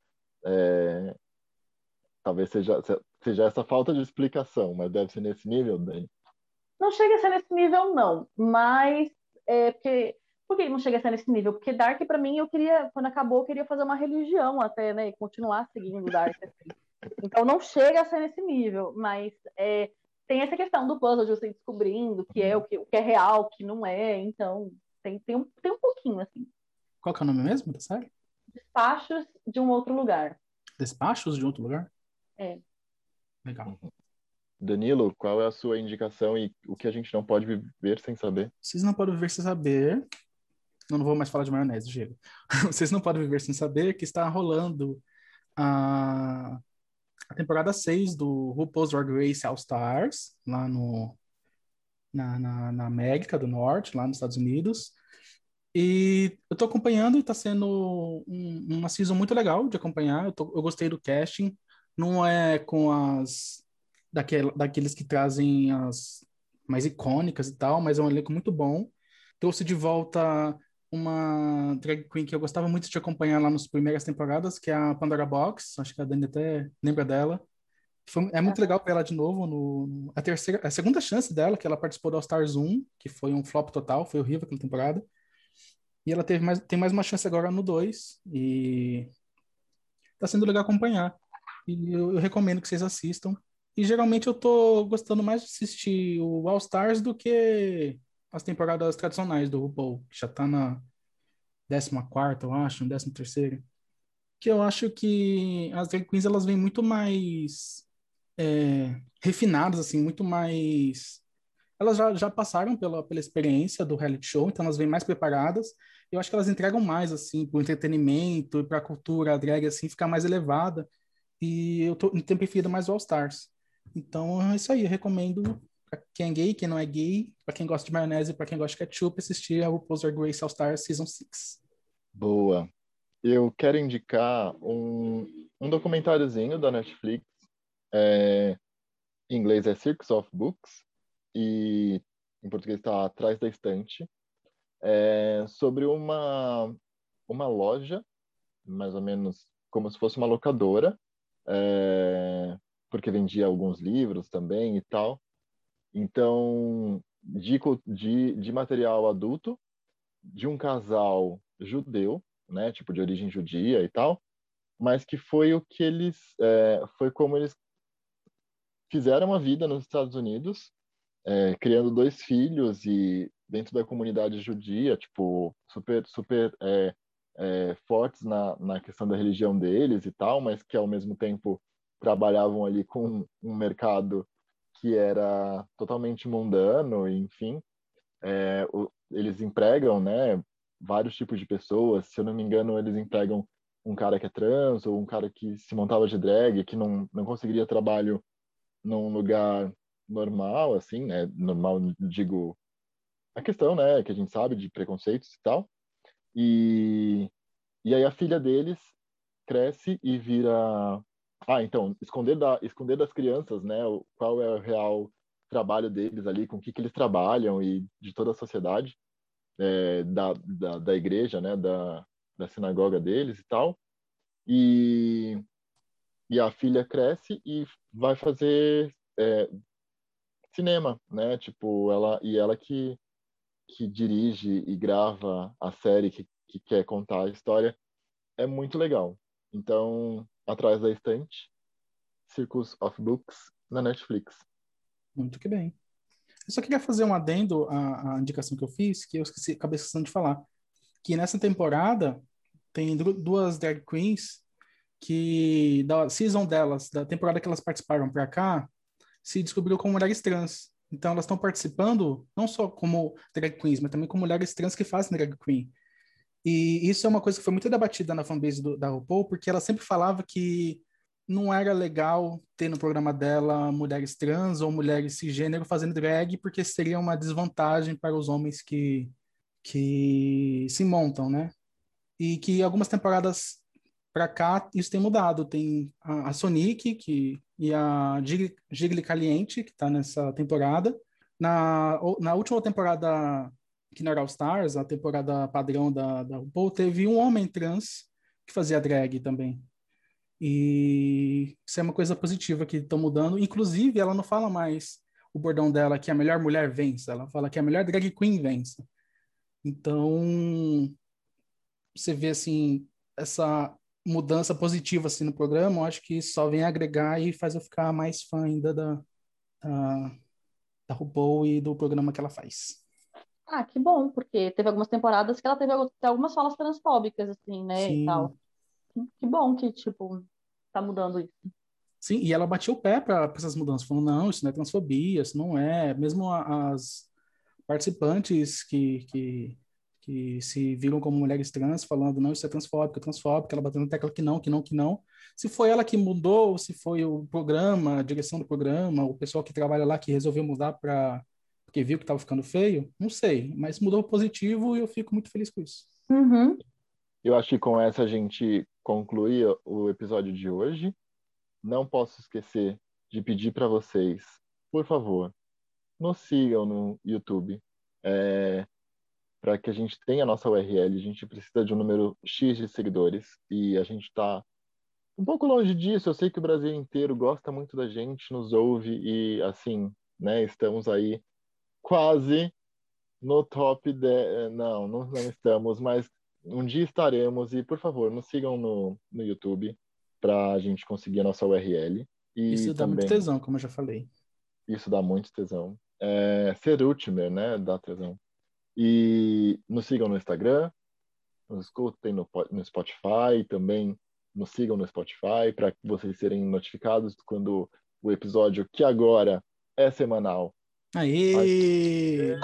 é, talvez seja essa falta de explicação, mas deve ser nesse nível, Dani. Não chega a ser nesse nível, não, mas porque por que não chega a ser nesse nível? Porque Dark, pra mim, quando acabou, eu queria fazer uma religião até, né? E continuar seguindo Dark, assim. Então não chega a ser nesse nível, mas tem essa questão do puzzle de você ir descobrindo o que é real, o que não é. Então tem um pouquinho, assim. Qual que é o nome mesmo da série? Despachos de um outro lugar. Despachos de outro lugar? É. Legal. Danilo, qual é a sua indicação e o que a gente não pode viver sem saber? Vocês não podem viver sem saber. Eu não vou mais falar de maionese, Diego. Vocês não podem viver sem saber que está rolando a temporada 6 do RuPaul's Drag Race All Stars, lá na América do Norte, lá nos Estados Unidos. E eu tô acompanhando e tá sendo uma season muito legal de acompanhar. Eu gostei do casting. Não é com daqueles que trazem as mais icônicas e tal, mas é um elenco muito bom. Trouxe de volta uma drag queen que eu gostava muito de acompanhar lá nas primeiras temporadas, que é a Pandora Box. Acho que a Dani até lembra dela. É muito legal ver ela de novo a segunda chance dela, que ela participou do All Stars 1, que foi um flop total, foi horrível aquela temporada. E ela tem mais uma chance agora no 2 e tá sendo legal acompanhar. E eu recomendo que vocês assistam. E geralmente eu tô gostando mais de assistir o All Stars do que as temporadas tradicionais do RuPaul, que já tá na 14ª, eu acho, no 13º. Que eu acho que as drag queens elas vêm muito mais refinadas, assim, muito mais. Elas já passaram pela experiência do reality show, então elas vêm mais preparadas. Eu acho que elas entregam mais, assim, para o entretenimento e para a cultura, a drag, assim, ficar mais elevada. E eu tenho preferido mais o All Stars. Então é isso aí, eu recomendo para quem é gay, quem não é gay, para quem gosta de maionese, para quem gosta de ketchup, assistir a RuPaul's Drag Race All Stars Season 6. Boa. Eu quero indicar um documentáriozinho da Netflix. Em inglês é Circus of Books e em português está Atrás da Estante. Sobre uma loja, mais ou menos como se fosse uma locadora, porque vendia alguns livros também e tal. Então, de material adulto, de um casal judeu, né, tipo de origem judia e tal, mas que foi foi como eles fizeram uma vida nos Estados Unidos, criando dois filhos e dentro da comunidade judia, tipo, super fortes na questão da religião deles e tal, mas que ao mesmo tempo trabalhavam ali com um mercado que era totalmente mundano, enfim. Eles empregam, né, vários tipos de pessoas. Se eu não me engano, eles empregam um cara que é trans ou um cara que se montava de drag, que não conseguiria trabalho num lugar normal, assim, né? Normal, digo, a questão, né, que a gente sabe de preconceitos e tal. E, e aí a filha deles cresce e vira... Ah, então, esconder das crianças, né, qual é o real trabalho deles ali, com o que eles trabalham e de toda a sociedade, da igreja, né, da sinagoga deles e tal. E, e a filha cresce e vai fazer cinema, né, tipo, ela que dirige e grava a série que quer contar a história, é muito legal. Então, Atrás da Estante, Circus of Books, na Netflix. Muito que bem. Eu só queria fazer um adendo à indicação que eu fiz, que eu acabei esquecendo de falar. Que nessa temporada tem duas drag queens que, da season delas, da temporada que elas participaram pra cá, se descobriu como mulheres trans. Então elas estão participando não só como drag queens, mas também como mulheres trans que fazem drag queen. E isso é uma coisa que foi muito debatida na fanbase da RuPaul, porque ela sempre falava que não era legal ter no programa dela mulheres trans ou mulheres cisgênero fazendo drag, porque seria uma desvantagem para os homens que se montam, né? E que algumas temporadas para cá isso tem mudado. Tem a Sonic e a Jiggly Caliente, que está nessa temporada. Na última temporada que não era All Stars, a temporada padrão da RuPaul, teve um homem trans que fazia drag também. E isso é uma coisa positiva que estão mudando. Inclusive, ela não fala mais o bordão dela que a melhor mulher vence, ela fala que a melhor drag queen vence. Então, você vê assim essa mudança positiva assim no programa, eu acho que só vem agregar e faz eu ficar mais fã ainda da, da RuPaul e do programa que ela faz. Ah, que bom, porque teve algumas temporadas que ela teve algumas falas transfóbicas, assim, né, e tal. Sim, Que bom que, tipo, tá mudando isso. sim, e ela batia o pé para essas mudanças, falando, não, isso não é transfobia, isso não é. Mesmo as participantes que se viram como mulheres trans, falando, não, isso é transfóbico, ela batendo na tecla que não, que não, que não. Se foi ela que mudou, ou se foi o programa, a direção do programa, o pessoal que trabalha lá que resolveu mudar porque viu que estava ficando feio, não sei, mas mudou positivo e eu fico muito feliz com isso. Uhum. Eu acho que com essa a gente conclui o episódio de hoje. Não posso esquecer de pedir para vocês, por favor, nos sigam no YouTube. Para que a gente tenha a nossa URL, a gente precisa de um número X de seguidores e a gente está um pouco longe disso. Eu sei que o Brasil inteiro gosta muito da gente, nos ouve e assim, né, estamos aí quase no top 10. Não estamos, mas um dia estaremos. E, por favor, nos sigam no YouTube para a gente conseguir a nossa URL. E Isso dá muito também, tesão, como eu já falei. isso dá muito tesão. Ser Ultimer, né? Dá tesão. E nos sigam no Instagram, nos escutem no Spotify, também nos sigam no Spotify para vocês serem notificados quando o episódio, que agora é semanal, vai, Aê!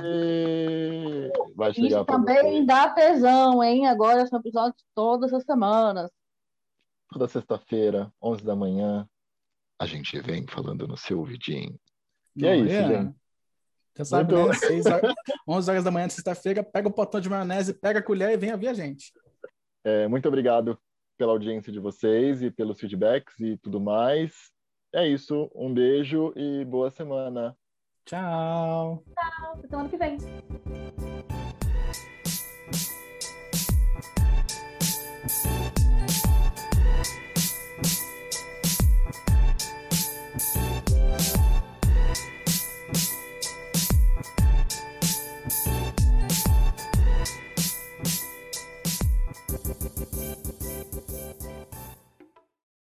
vai Isso chegar para também vocês. dá tesão, hein? Agora são episódios todas as semanas. Toda sexta-feira, 11 da manhã, a gente vem falando no seu ouvidinho. E é isso, gente. Olha, já sabe, Muito né? 11 horas da manhã de sexta-feira, pega o potão de maionese, pega a colher e vem ouvir a gente. muito obrigado pela audiência de vocês e pelos feedbacks e tudo mais. É isso. Um beijo e boa semana. Tchau! Até semana que vem.